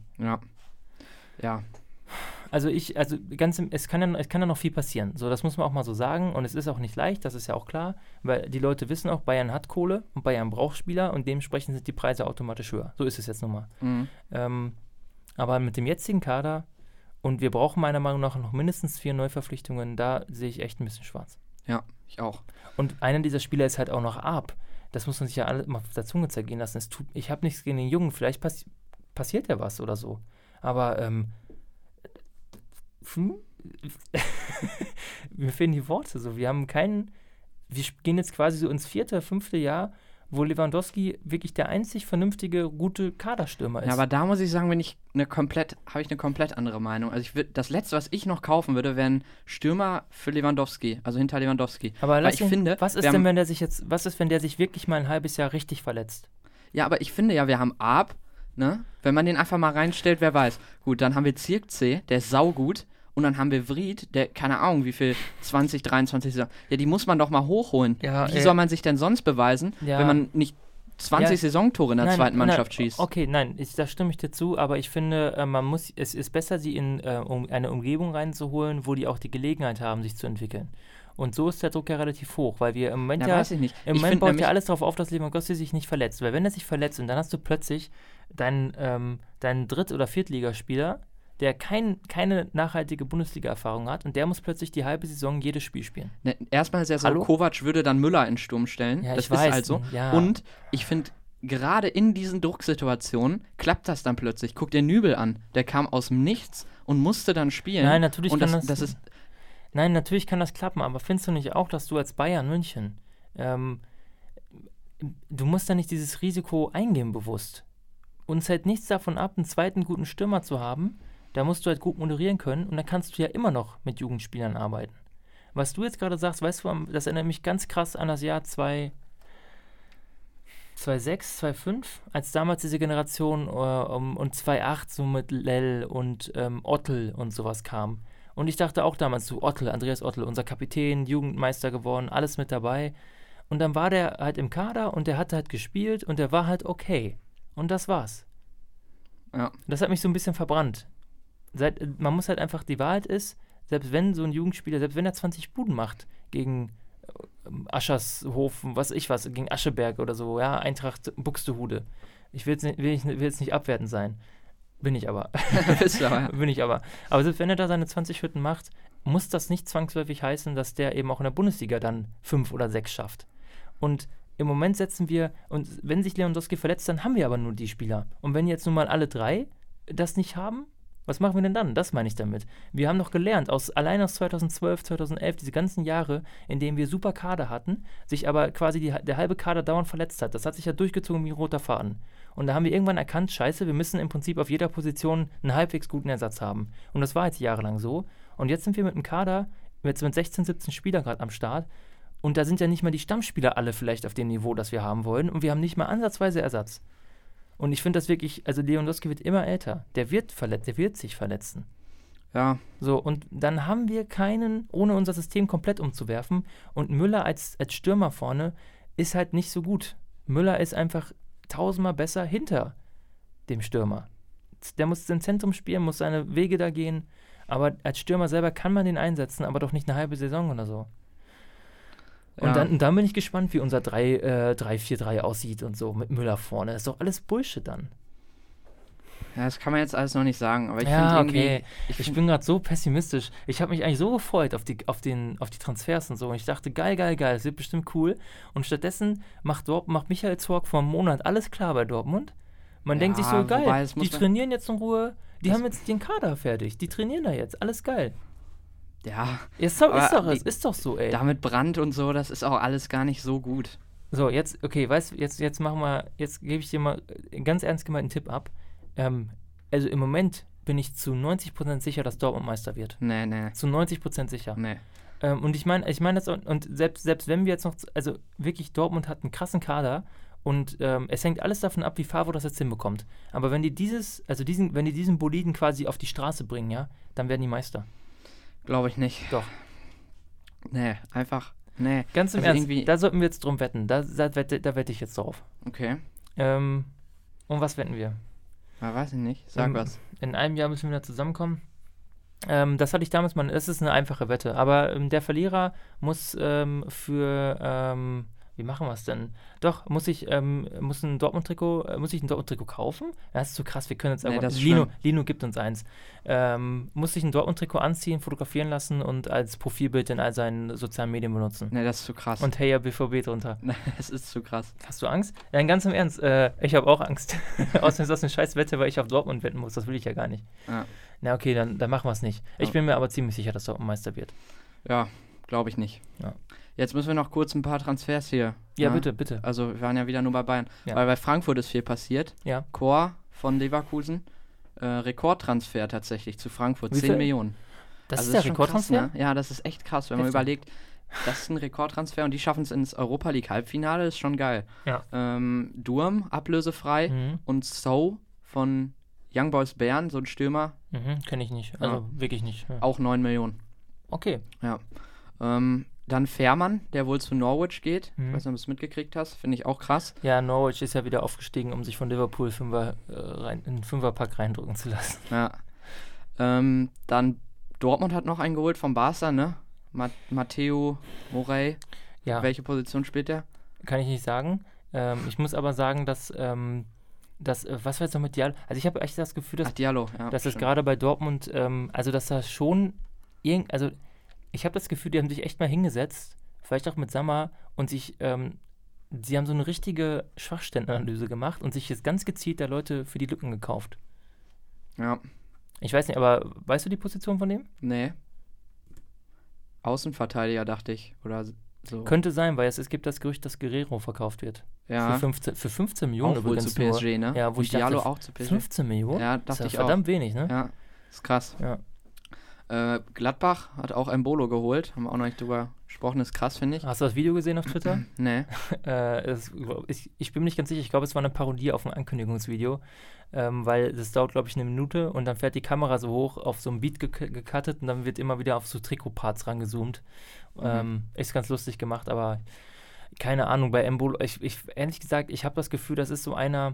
[SPEAKER 2] Ja.
[SPEAKER 1] Also es kann ja noch viel passieren. So, das muss man auch mal so sagen. Und es ist auch nicht leicht, das ist ja auch klar, weil die Leute wissen auch, Bayern hat Kohle und Bayern braucht Spieler und dementsprechend sind die Preise automatisch höher. So ist es jetzt nun mal. Aber mit dem jetzigen Kader und wir brauchen meiner Meinung nach noch mindestens 4 Neuverpflichtungen, da sehe ich echt ein bisschen schwarz.
[SPEAKER 2] Ja, ich auch.
[SPEAKER 1] Und einer dieser Spieler ist halt auch noch Arp. Das muss man sich ja alle mal auf der Zunge zergehen lassen. Ich habe nichts gegen den Jungen, vielleicht passiert ja was oder so. Aber mir fehlen die Worte so. Wir gehen jetzt quasi so ins 4., 5. Jahr, wo Lewandowski wirklich der einzig vernünftige, gute Kaderstürmer ist.
[SPEAKER 2] Ja, aber da muss ich sagen, habe ich eine komplett andere Meinung. Also das Letzte, was ich noch kaufen würde, wären Stürmer für Lewandowski, also hinter Lewandowski.
[SPEAKER 1] Aber was ist, wenn der sich wirklich mal ein halbes Jahr richtig verletzt?
[SPEAKER 2] Ja, aber ich finde ja, wir haben Arp, ne? Wenn man den einfach mal reinstellt, wer weiß. Gut, dann haben wir Zirkzee, der ist saugut. Und dann haben wir Vried, der, keine Ahnung, wie viel, 20, 23 Saison. Ja, die muss man doch mal hochholen. Ja, wie soll man sich denn sonst beweisen, wenn man nicht 20 Saisontore in der zweiten Mannschaft schießt?
[SPEAKER 1] Okay, nein, da stimme ich dir zu, aber ich finde, es ist besser, sie in eine Umgebung reinzuholen, wo die auch die Gelegenheit haben, sich zu entwickeln. Und so ist der Druck ja relativ hoch, weil wir im Moment
[SPEAKER 2] weiß ich nicht.
[SPEAKER 1] Im Moment baut ja alles darauf auf, dass Lewandowski sich nicht verletzt. Weil wenn er sich verletzt und dann hast du plötzlich deinen Dritt- oder Viertligaspieler, der keine nachhaltige Bundesliga-Erfahrung hat und der muss plötzlich die halbe Saison jedes Spiel spielen.
[SPEAKER 2] Ne, erstmal ist ja so, Kovac würde dann Müller in den Sturm stellen.
[SPEAKER 1] Ja,
[SPEAKER 2] das
[SPEAKER 1] ich weiß,
[SPEAKER 2] ist halt so.
[SPEAKER 1] Ja.
[SPEAKER 2] Und ich finde, gerade in diesen Drucksituationen klappt das dann plötzlich. Guck dir Nübel an. Der kam aus dem Nichts und musste dann spielen.
[SPEAKER 1] Nein, natürlich kann das klappen, aber findest du nicht auch, dass du als Bayern München, du musst da nicht dieses Risiko eingehen bewusst. Uns hält nichts davon ab, einen zweiten guten Stürmer zu haben. Da musst du halt gut moderieren können und dann kannst du ja immer noch mit Jugendspielern arbeiten. Was du jetzt gerade sagst, weißt du, das erinnert mich ganz krass an das Jahr 2006, 2005, als damals diese Generation und 2008 so mit Lell und Ottl und sowas kam. Und ich dachte auch damals so, Andreas Ottl, unser Kapitän, Jugendmeister geworden, alles mit dabei. Und dann war der halt im Kader und der hat halt gespielt und der war halt okay. Und das war's.
[SPEAKER 2] Ja.
[SPEAKER 1] Das hat mich so ein bisschen verbrannt. Man muss halt einfach, die Wahrheit ist, selbst wenn so ein Jugendspieler, selbst wenn er 20 Buden macht gegen Aschershofen, was ich was, gegen Ascheberg oder so, ja, Eintracht Buxtehude. Ich will jetzt nicht abwertend sein. Bin ich aber.
[SPEAKER 2] Bist du aber.
[SPEAKER 1] Bin ich aber. Aber selbst wenn er da seine 20 Hütten macht, muss das nicht zwangsläufig heißen, dass der eben auch in der Bundesliga dann 5 oder 6 schafft. Und im Moment setzen wir, und wenn sich Lewandowski verletzt, dann haben wir aber nur die Spieler. Und wenn jetzt nun mal alle 3 das nicht haben, was machen wir denn dann? Das meine ich damit. Wir haben doch gelernt, allein aus 2012, 2011, diese ganzen Jahre, in denen wir super Kader hatten, sich aber quasi der halbe Kader dauernd verletzt hat. Das hat sich ja durchgezogen wie ein roter Faden. Und da haben wir irgendwann erkannt, scheiße, wir müssen im Prinzip auf jeder Position einen halbwegs guten Ersatz haben. Und das war jetzt jahrelang so. Und jetzt sind wir mit einem Kader, jetzt mit 16, 17 Spielern gerade am Start. Und da sind ja nicht mal die Stammspieler alle vielleicht auf dem Niveau, das wir haben wollen. Und wir haben nicht mal ansatzweise Ersatz. Und ich finde das wirklich, also Lewandowski wird immer älter. Der wird sich verletzen.
[SPEAKER 2] Ja.
[SPEAKER 1] So, und dann haben wir keinen, ohne unser System komplett umzuwerfen. Und Müller als Stürmer vorne ist halt nicht so gut. Müller ist einfach 1000-mal besser hinter dem Stürmer. Der muss im Zentrum spielen, muss seine Wege da gehen. Aber als Stürmer selber kann man den einsetzen, aber doch nicht eine halbe Saison oder so. Und dann bin ich gespannt, wie unser 3-4-3 aussieht und so mit Müller vorne. Das ist doch alles Bullshit dann.
[SPEAKER 2] Ja, das kann man jetzt alles noch nicht sagen, aber ich finde irgendwie...
[SPEAKER 1] Okay. Ich bin gerade so pessimistisch. Ich habe mich eigentlich so gefreut auf die Transfers und so. Und ich dachte, geil, das wird bestimmt cool. Und stattdessen macht Michael Zorc vor einem Monat alles klar bei Dortmund. Man denkt sich so, geil, die trainieren jetzt in Ruhe. Die haben jetzt den Kader fertig. Die trainieren da jetzt. Alles geil.
[SPEAKER 2] Ja.
[SPEAKER 1] Ist doch so, ey.
[SPEAKER 2] Damit Brandt und so, das ist auch alles gar nicht so gut.
[SPEAKER 1] So, jetzt gebe ich dir mal ganz ernst gemeint einen Tipp ab. Also im Moment bin ich zu 90% sicher, dass Dortmund Meister wird.
[SPEAKER 2] Nee.
[SPEAKER 1] Zu 90% sicher.
[SPEAKER 2] Nee.
[SPEAKER 1] Und ich meine das, und selbst wenn wir jetzt noch, also wirklich, Dortmund hat einen krassen Kader und es hängt alles davon ab, wie Favre das jetzt hinbekommt. Aber wenn die diesen Boliden quasi auf die Straße bringen, ja, dann werden die Meister.
[SPEAKER 2] Glaube ich nicht.
[SPEAKER 1] Doch.
[SPEAKER 2] Nee, einfach, nee.
[SPEAKER 1] Ganz im Ernst, da sollten wir jetzt drum wetten. Da wette ich jetzt drauf.
[SPEAKER 2] Okay.
[SPEAKER 1] Und was wetten wir?
[SPEAKER 2] Ja, weiß ich nicht. Sag was.
[SPEAKER 1] In einem Jahr müssen wir da zusammenkommen. Das hatte ich damals mal, das ist eine einfache Wette. Aber der Verlierer muss wie machen wir es denn? Doch, muss ich ein Dortmund-Trikot kaufen? Das ist so krass, wir können jetzt einfach. Lino gibt uns eins. Muss ich ein Dortmund-Trikot anziehen, fotografieren lassen und als Profilbild in all seinen sozialen Medien benutzen.
[SPEAKER 2] Nee, das ist zu krass.
[SPEAKER 1] Und hey, ja, BVB drunter.
[SPEAKER 2] Nee, das ist zu krass.
[SPEAKER 1] Hast du Angst? Ja, ganz im Ernst, ich habe auch Angst. Außerdem ist das eine scheiß Wette, weil ich auf Dortmund wetten muss. Das will ich ja gar nicht. Ja. Na okay, dann machen wir es nicht. Ich bin mir aber ziemlich sicher, dass Dortmund Meister wird.
[SPEAKER 2] Ja, glaube ich nicht.
[SPEAKER 1] Ja.
[SPEAKER 2] Jetzt müssen wir noch kurz ein paar Transfers hier.
[SPEAKER 1] Ja, bitte.
[SPEAKER 2] Also wir waren ja wieder nur bei Bayern. Ja. Weil bei Frankfurt ist viel passiert.
[SPEAKER 1] Ja.
[SPEAKER 2] Chor von Leverkusen. Rekordtransfer tatsächlich zu Frankfurt. 10 Millionen.
[SPEAKER 1] Das ist der Rekordtransfer?
[SPEAKER 2] Krass, ne? Ja, das ist echt krass, wenn man überlegt, das ist ein Rekordtransfer und die schaffen es ins Europa League Halbfinale, ist schon geil.
[SPEAKER 1] Ja.
[SPEAKER 2] Durm, ablösefrei und So von Young Boys Bern, so ein Stürmer.
[SPEAKER 1] Kenne ich nicht, also wirklich nicht. Ja.
[SPEAKER 2] Auch 9 Millionen.
[SPEAKER 1] Okay.
[SPEAKER 2] Ja. Dann Fährmann, der wohl zu Norwich geht. Ich weiß nicht, ob du es mitgekriegt hast. Finde ich auch krass.
[SPEAKER 1] Ja, Norwich ist ja wieder aufgestiegen, um sich von Liverpool einen Fünferpack reindrücken zu lassen.
[SPEAKER 2] Ja. Dann Dortmund hat noch einen geholt vom Barca, ne? Matteo Morey.
[SPEAKER 1] Ja.
[SPEAKER 2] Welche Position spielt der?
[SPEAKER 1] Kann ich nicht sagen. Ich muss aber sagen, dass was war jetzt noch mit Diallo? Also ich habe echt das Gefühl, dass
[SPEAKER 2] Diallo, ja,
[SPEAKER 1] dass es gerade bei Dortmund, also dass da schon ich habe das Gefühl, die haben sich echt mal hingesetzt, vielleicht auch mit Sammer, und sie haben so eine richtige Schwachstellenanalyse gemacht und sich jetzt ganz gezielt da Leute für die Lücken gekauft.
[SPEAKER 2] Ja.
[SPEAKER 1] Ich weiß nicht, aber weißt du die Position von dem?
[SPEAKER 2] Nee. Außenverteidiger, dachte ich, oder so.
[SPEAKER 1] Könnte sein, weil es gibt das Gerücht, dass Guerrero verkauft wird.
[SPEAKER 2] Ja.
[SPEAKER 1] Für 15 Millionen
[SPEAKER 2] auch übrigens zu PSG, ne?
[SPEAKER 1] Ja, wo ich
[SPEAKER 2] Diallo
[SPEAKER 1] dachte,
[SPEAKER 2] auch zu PSG.
[SPEAKER 1] 15 Millionen?
[SPEAKER 2] Ja, dachte ich auch.
[SPEAKER 1] Verdammt wenig, ne?
[SPEAKER 2] Ja, ist krass.
[SPEAKER 1] Ja.
[SPEAKER 2] Gladbach hat auch Embolo geholt. Haben wir auch noch nicht drüber gesprochen. Ist krass, finde ich.
[SPEAKER 1] Hast du das Video gesehen auf Twitter?
[SPEAKER 2] Nee.
[SPEAKER 1] Ich bin mir nicht ganz sicher. Ich glaube, es war eine Parodie auf ein Ankündigungsvideo, weil das dauert, glaube ich, 1 Minute und dann fährt die Kamera so hoch auf so ein Beat gecuttet und dann wird immer wieder auf so Trikotparts rangezoomt. Ist ganz lustig gemacht, aber keine Ahnung, bei Embolo, ehrlich gesagt, ich habe das Gefühl, das ist so einer,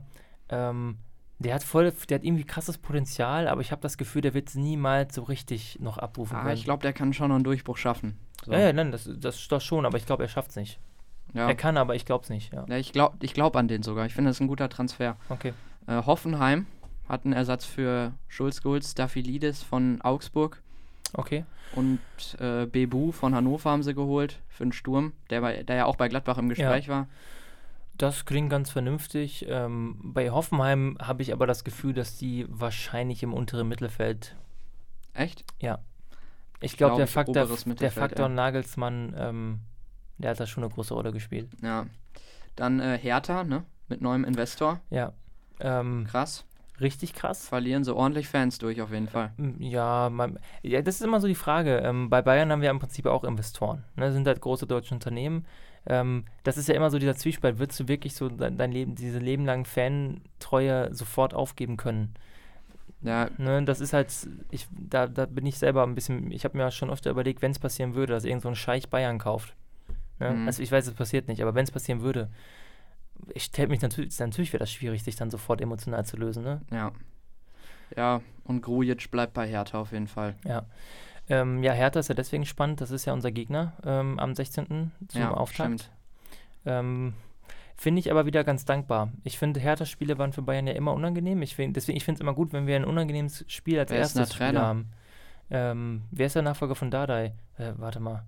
[SPEAKER 1] der hat irgendwie krasses Potenzial, aber ich habe das Gefühl, der wird es niemals so richtig noch abrufen können.
[SPEAKER 2] Ich glaube, der kann schon noch einen Durchbruch schaffen. So.
[SPEAKER 1] Ja, nein, das schon, aber ich glaube, er schafft es nicht.
[SPEAKER 2] Ja.
[SPEAKER 1] Er kann, aber ich glaube es nicht, ja.
[SPEAKER 2] Ja, ich glaub an den sogar. Ich finde, das ist ein guter Transfer.
[SPEAKER 1] Okay.
[SPEAKER 2] Hoffenheim hat einen Ersatz für Schulz-Gulz, Staphylides von Augsburg
[SPEAKER 1] Okay.
[SPEAKER 2] und Bebu von Hannover haben sie geholt für den Sturm, der ja auch bei Gladbach im Gespräch war.
[SPEAKER 1] Das klingt ganz vernünftig. Bei Hoffenheim habe ich aber das Gefühl, dass die wahrscheinlich im unteren Mittelfeld.
[SPEAKER 2] Echt?
[SPEAKER 1] Ja. Ich glaube, der
[SPEAKER 2] oberes Mittelfeld,
[SPEAKER 1] Faktor Nagelsmann, der hat da schon eine große Rolle gespielt.
[SPEAKER 2] Ja. Dann Hertha, ne? Mit neuem Investor.
[SPEAKER 1] Ja.
[SPEAKER 2] Krass.
[SPEAKER 1] Richtig krass.
[SPEAKER 2] Verlieren so ordentlich Fans durch auf jeden Fall.
[SPEAKER 1] Ja, das ist immer so die Frage. Bei Bayern haben wir im Prinzip auch Investoren. Ne? Sind halt große deutsche Unternehmen. Das ist ja immer so dieser Zwiespalt. Würdest du wirklich so dein Leben, diese lebenlangen Fantreue sofort aufgeben können?
[SPEAKER 2] Ja.
[SPEAKER 1] Ne? Das ist halt, da bin ich selber ein bisschen, ich habe mir schon öfter überlegt, wenn es passieren würde, dass irgend so ein Scheich Bayern kauft. Ne?
[SPEAKER 2] Mhm.
[SPEAKER 1] Also ich weiß, es passiert nicht, aber wenn es passieren würde, natürlich wäre das schwierig, sich dann sofort emotional zu lösen, ne?
[SPEAKER 2] Ja. Ja, und Grujic bleibt bei Hertha auf jeden Fall.
[SPEAKER 1] Ja. Hertha ist ja deswegen spannend, das ist ja unser Gegner am 16. zum Auftakt. Finde ich aber wieder ganz dankbar. Ich finde, Hertha-Spiele waren für Bayern ja immer unangenehm. Deswegen finde ich es immer gut, wenn wir ein unangenehmes Spiel als erstes Spiel haben. Wer ist der Nachfolger von Dardai? Warte mal.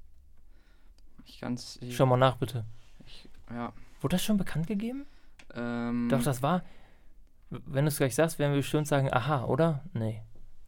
[SPEAKER 1] Schau mal nach, bitte.
[SPEAKER 2] Ja.
[SPEAKER 1] Wurde das schon bekannt gegeben? Doch, das war. Wenn du es gleich sagst, werden wir bestimmt sagen, aha, oder? Nee.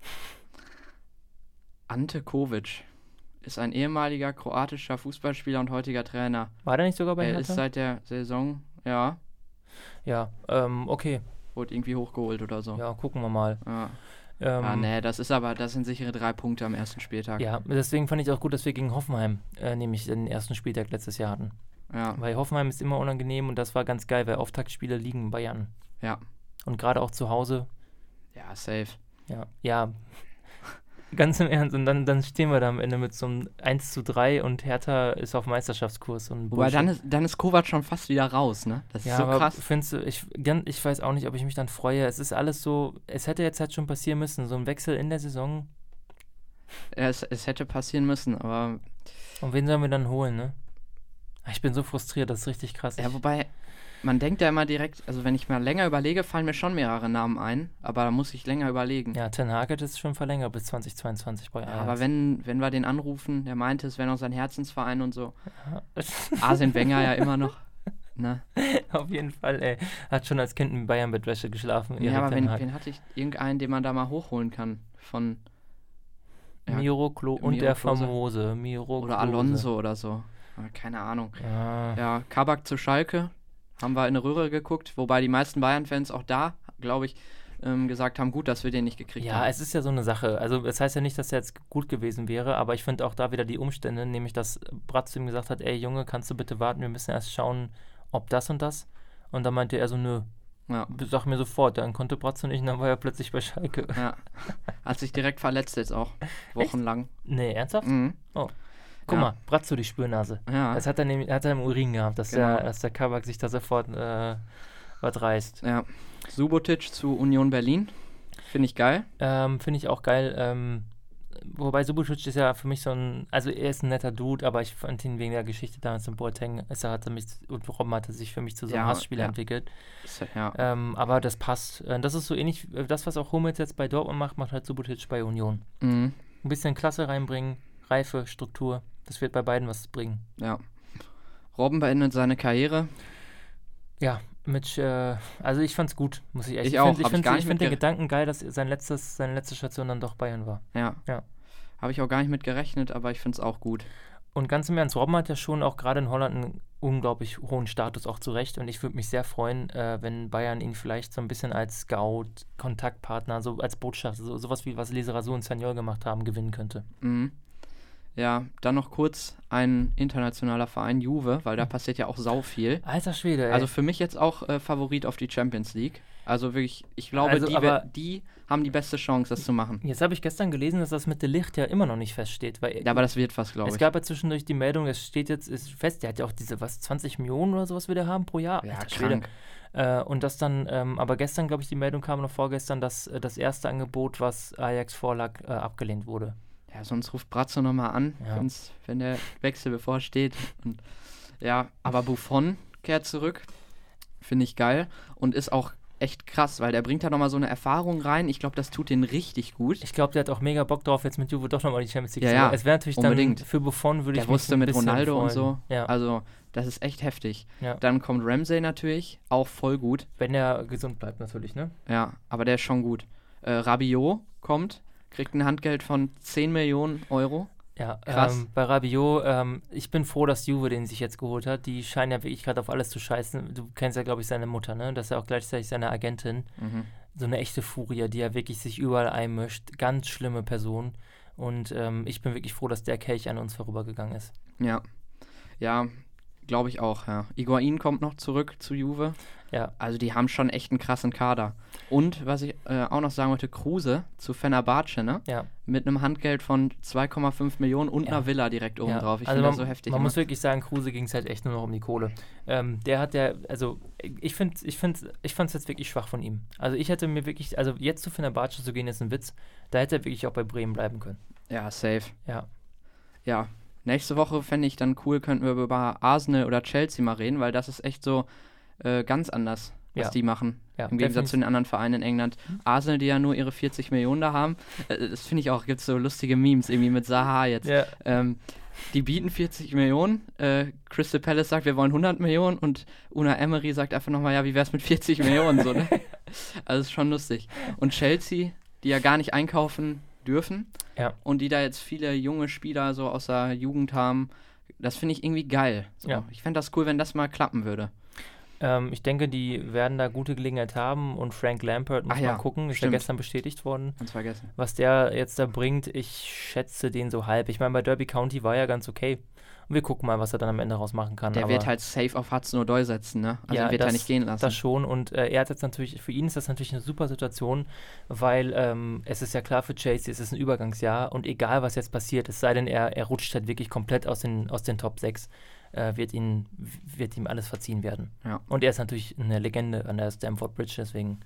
[SPEAKER 2] Ante Kovic ist ein ehemaliger kroatischer Fußballspieler und heutiger Trainer.
[SPEAKER 1] War der nicht sogar bei Hertha?
[SPEAKER 2] Er ist seit der Saison, ja.
[SPEAKER 1] Ja, okay.
[SPEAKER 2] Wurde irgendwie hochgeholt oder so.
[SPEAKER 1] Ja, gucken wir mal.
[SPEAKER 2] Ja. Das sind sichere 3 Punkte am ersten Spieltag.
[SPEAKER 1] Ja, deswegen fand ich auch gut, dass wir gegen Hoffenheim nämlich den ersten Spieltag letztes Jahr hatten.
[SPEAKER 2] Ja.
[SPEAKER 1] Weil Hoffenheim ist immer unangenehm und das war ganz geil, weil Auftaktspiele liegen Bayern.
[SPEAKER 2] Ja.
[SPEAKER 1] Und gerade auch zu Hause.
[SPEAKER 2] Ja, safe.
[SPEAKER 1] Ja. Ganz im Ernst. Und dann stehen wir da am Ende mit so einem 1:3 und Hertha ist auf Meisterschaftskurs.
[SPEAKER 2] Wobei, dann ist Kovac schon fast wieder raus, ne? Das ist so krass.
[SPEAKER 1] Findest du, ich weiß auch nicht, ob ich mich dann freue. Es ist alles so, es hätte jetzt halt schon passieren müssen, so ein Wechsel in der Saison.
[SPEAKER 2] Es hätte passieren müssen, aber...
[SPEAKER 1] Und wen sollen wir dann holen, ne? Ich bin so frustriert, das ist richtig krass.
[SPEAKER 2] Ja, wobei, man denkt ja immer direkt, also wenn ich mal länger überlege, fallen mir schon mehrere Namen ein, aber da muss ich länger überlegen.
[SPEAKER 1] Ja, Ten Hag hat es schon verlängert bis 2022 bei Ajax.
[SPEAKER 2] Ja, aber wenn wir den anrufen, der meinte, es wäre noch sein Herzensverein und so. Ja. Arsene Wenger ja immer noch. Ne?
[SPEAKER 1] Auf jeden Fall, ey. Hat schon als Kind in Bayern-Bettwäsche geschlafen.
[SPEAKER 2] Ja, aber wen hatte ich? Irgendeinen, den man da mal hochholen kann. Von
[SPEAKER 1] Miro Klose und der famose Miro
[SPEAKER 2] oder
[SPEAKER 1] Klose.
[SPEAKER 2] Alonso oder so. Keine Ahnung. Ja, Kabak zu Schalke. Haben wir in eine Röhre geguckt, wobei die meisten Bayern-Fans auch da, glaube ich, gesagt haben, gut, dass wir den nicht gekriegt haben.
[SPEAKER 1] Ja, es ist ja so eine Sache. Also es heißt ja nicht, dass er jetzt gut gewesen wäre, aber ich finde auch da wieder die Umstände, nämlich dass Bratz zu ihm gesagt hat, ey Junge, kannst du bitte warten, wir müssen erst schauen, ob das und das. Und dann meinte er so, nö, sag mir sofort. Dann konnte Bratz nicht und dann war er plötzlich bei Schalke.
[SPEAKER 2] Ja, hat sich direkt verletzt jetzt auch, wochenlang.
[SPEAKER 1] Echt? Nee, ernsthaft?
[SPEAKER 2] Mhm.
[SPEAKER 1] Oh. Guck mal, Bratzo, die Spürnase.
[SPEAKER 2] Ja.
[SPEAKER 1] Das hat er im Urin gehabt, dass der Kabak sich da sofort was reißt.
[SPEAKER 2] Ja. Subotic zu Union Berlin. Finde ich geil.
[SPEAKER 1] Finde ich auch geil. Wobei Subotic ist ja für mich so also er ist ein netter Dude, aber ich fand ihn wegen der Geschichte damals in Boateng, und Robben hatte sich für mich zu so einem Hassspieler entwickelt.
[SPEAKER 2] Ja.
[SPEAKER 1] Aber das passt. Das ist so ähnlich, das, was auch Hummels jetzt bei Dortmund macht halt Subotic bei Union.
[SPEAKER 2] Mhm.
[SPEAKER 1] Ein bisschen Klasse reinbringen, Reife, Struktur. Das wird bei beiden was bringen.
[SPEAKER 2] Ja. Robben beendet seine Karriere.
[SPEAKER 1] Ja, also ich fand's gut, muss ich echt
[SPEAKER 2] sagen.
[SPEAKER 1] Ich finde den Gedanken geil, dass seine letzte Station dann doch Bayern war.
[SPEAKER 2] Ja. Habe ich auch gar nicht mit gerechnet, aber ich finde es auch gut.
[SPEAKER 1] Und ganz im Ernst, Robben hat ja schon auch gerade in Holland einen unglaublich hohen Status, auch zu Recht. Und ich würde mich sehr freuen, wenn Bayern ihn vielleicht so ein bisschen als Scout, Kontaktpartner, so als Botschafter, sowas wie was Lizarazu und Sagnol gemacht haben, gewinnen könnte.
[SPEAKER 2] Mhm. Ja, dann noch kurz ein internationaler Verein, Juve, weil da passiert ja auch sau viel.
[SPEAKER 1] Alter Schwede, ey.
[SPEAKER 2] Also für mich jetzt auch Favorit auf die Champions League. Also wirklich, ich glaube, die haben die beste Chance, das zu machen.
[SPEAKER 1] Jetzt habe ich gestern gelesen, dass das mit De Ligt ja immer noch nicht feststeht. Ja,
[SPEAKER 2] aber das wird was, glaube ich.
[SPEAKER 1] Es gab ja zwischendurch die Meldung, es steht jetzt, ist fest, der hat ja auch diese, 20 Millionen oder sowas wieder haben pro Jahr.
[SPEAKER 2] Ja,
[SPEAKER 1] Alter
[SPEAKER 2] krank.
[SPEAKER 1] Und das dann, aber gestern, glaube ich, die Meldung kam noch vorgestern, dass das erste Angebot, was Ajax vorlag, abgelehnt wurde.
[SPEAKER 2] Ja, sonst ruft Brazzo nochmal an,
[SPEAKER 1] Ja.
[SPEAKER 2] wenn der Wechsel bevorsteht. Und ja, aber Buffon kehrt zurück. Finde ich geil. Und ist auch echt krass, weil der bringt da nochmal so eine Erfahrung rein. Ich glaube, das tut den richtig gut.
[SPEAKER 1] Ich glaube, der hat auch mega Bock drauf, jetzt mit Juve doch nochmal die Champions League
[SPEAKER 2] Ja,
[SPEAKER 1] zu
[SPEAKER 2] ja,
[SPEAKER 1] holen. Es wäre natürlich
[SPEAKER 2] unbedingt.
[SPEAKER 1] dann für Buffon, würde ich
[SPEAKER 2] Der
[SPEAKER 1] mich
[SPEAKER 2] wusste
[SPEAKER 1] ein
[SPEAKER 2] mit
[SPEAKER 1] bisschen
[SPEAKER 2] Ronaldo
[SPEAKER 1] freuen.
[SPEAKER 2] und so.
[SPEAKER 1] Ja.
[SPEAKER 2] Also, das ist echt heftig.
[SPEAKER 1] Ja.
[SPEAKER 2] Dann kommt Ramsey natürlich, auch voll gut.
[SPEAKER 1] Wenn er gesund bleibt natürlich, ne?
[SPEAKER 2] Ja, aber der ist schon gut. Rabiot kommt, kriegt ein Handgeld von 10 Millionen Euro.
[SPEAKER 1] Ja,
[SPEAKER 2] Krass.
[SPEAKER 1] bei Rabiot, ich bin froh, dass Juve den sich jetzt geholt hat. Die scheinen ja wirklich gerade auf alles zu scheißen. Du kennst ja, glaube ich, seine Mutter, ne? Das ist ja auch gleichzeitig seine Agentin. So eine echte Furie, die ja wirklich sich überall einmischt. Ganz schlimme Person. Und ich bin wirklich froh, dass der Kelch an uns vorübergegangen ist.
[SPEAKER 2] Ja. Ja, glaube ich auch, ja. Higuain kommt noch zurück zu Juve.
[SPEAKER 1] Ja.
[SPEAKER 2] Also die haben schon echt einen krassen Kader. Und was ich auch noch sagen wollte, Kruse zu Fenerbahce, ne?
[SPEAKER 1] Ja.
[SPEAKER 2] Mit einem Handgeld von 2,5 Millionen und einer Villa direkt oben drauf. Ich
[SPEAKER 1] also
[SPEAKER 2] finde das so heftig.
[SPEAKER 1] Man muss wirklich sagen, Kruse ging es halt echt nur noch um die Kohle. Der hat ja, also ich fand es jetzt wirklich schwach von ihm. Also ich hätte mir wirklich, also jetzt zu Fenerbahce zu gehen, ist ein Witz. Da hätte er wirklich auch bei Bremen bleiben können.
[SPEAKER 2] Ja, safe.
[SPEAKER 1] Ja.
[SPEAKER 2] Ja. Nächste Woche fände ich dann cool, könnten wir über Arsenal oder Chelsea mal reden, weil das ist echt so ganz anders, was die machen.
[SPEAKER 1] Ja,
[SPEAKER 2] Im Gegensatz zu den anderen Vereinen in England. Arsenal, die ja nur ihre 40 Millionen da haben, das finde ich auch, gibt es so lustige Memes irgendwie mit Zaha jetzt.
[SPEAKER 1] Ja.
[SPEAKER 2] Die bieten 40 Millionen, Crystal Palace sagt, wir wollen 100 Millionen und Una Emery sagt einfach nochmal, ja, wie wär's mit 40 Millionen, so, ne? Also ist schon lustig. Und Chelsea, die ja gar nicht einkaufen dürfen und die da jetzt viele junge Spieler so aus der Jugend haben, das finde ich irgendwie geil. So.
[SPEAKER 1] Ja.
[SPEAKER 2] Ich fände das cool, wenn das mal klappen würde.
[SPEAKER 1] Ich denke, die werden da gute Gelegenheit haben und Frank Lampard muss mal gucken, ist ja gestern bestätigt worden.
[SPEAKER 2] Ganz vergessen.
[SPEAKER 1] Was der jetzt da bringt, ich schätze den so halb. Ich meine, bei Derby County war ja ganz okay. Und wir gucken mal, was er dann am Ende raus machen kann.
[SPEAKER 2] Der wird halt safe auf Hudson-Odoi setzen, ne? Also
[SPEAKER 1] ja,
[SPEAKER 2] wird er nicht gehen lassen.
[SPEAKER 1] Das schon. Und er hat jetzt natürlich, für ihn ist das natürlich eine super Situation, weil es ist ja klar für Chelsea, es ist ein Übergangsjahr und egal, was jetzt passiert, es sei denn, er rutscht halt wirklich komplett aus den Top 6, wird ihm alles verziehen werden.
[SPEAKER 2] Ja.
[SPEAKER 1] Und er ist natürlich eine Legende an der Stamford Bridge, deswegen.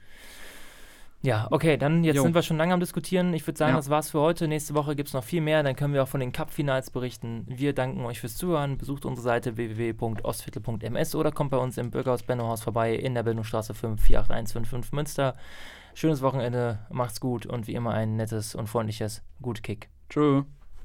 [SPEAKER 1] Ja, okay, dann jetzt sind wir schon lange am Diskutieren. Ich würde sagen, das war's für heute. Nächste Woche gibt es noch viel mehr. Dann können wir auch von den Cup-Finals berichten. Wir danken euch fürs Zuhören. Besucht unsere Seite www.ostviertel.ms oder kommt bei uns im Bürgerhaus Bennohaus vorbei in der Bildungsstraße 5 48155 Münster. Schönes Wochenende, macht's gut und wie immer ein nettes und freundliches Gut Kick.
[SPEAKER 2] Tschö.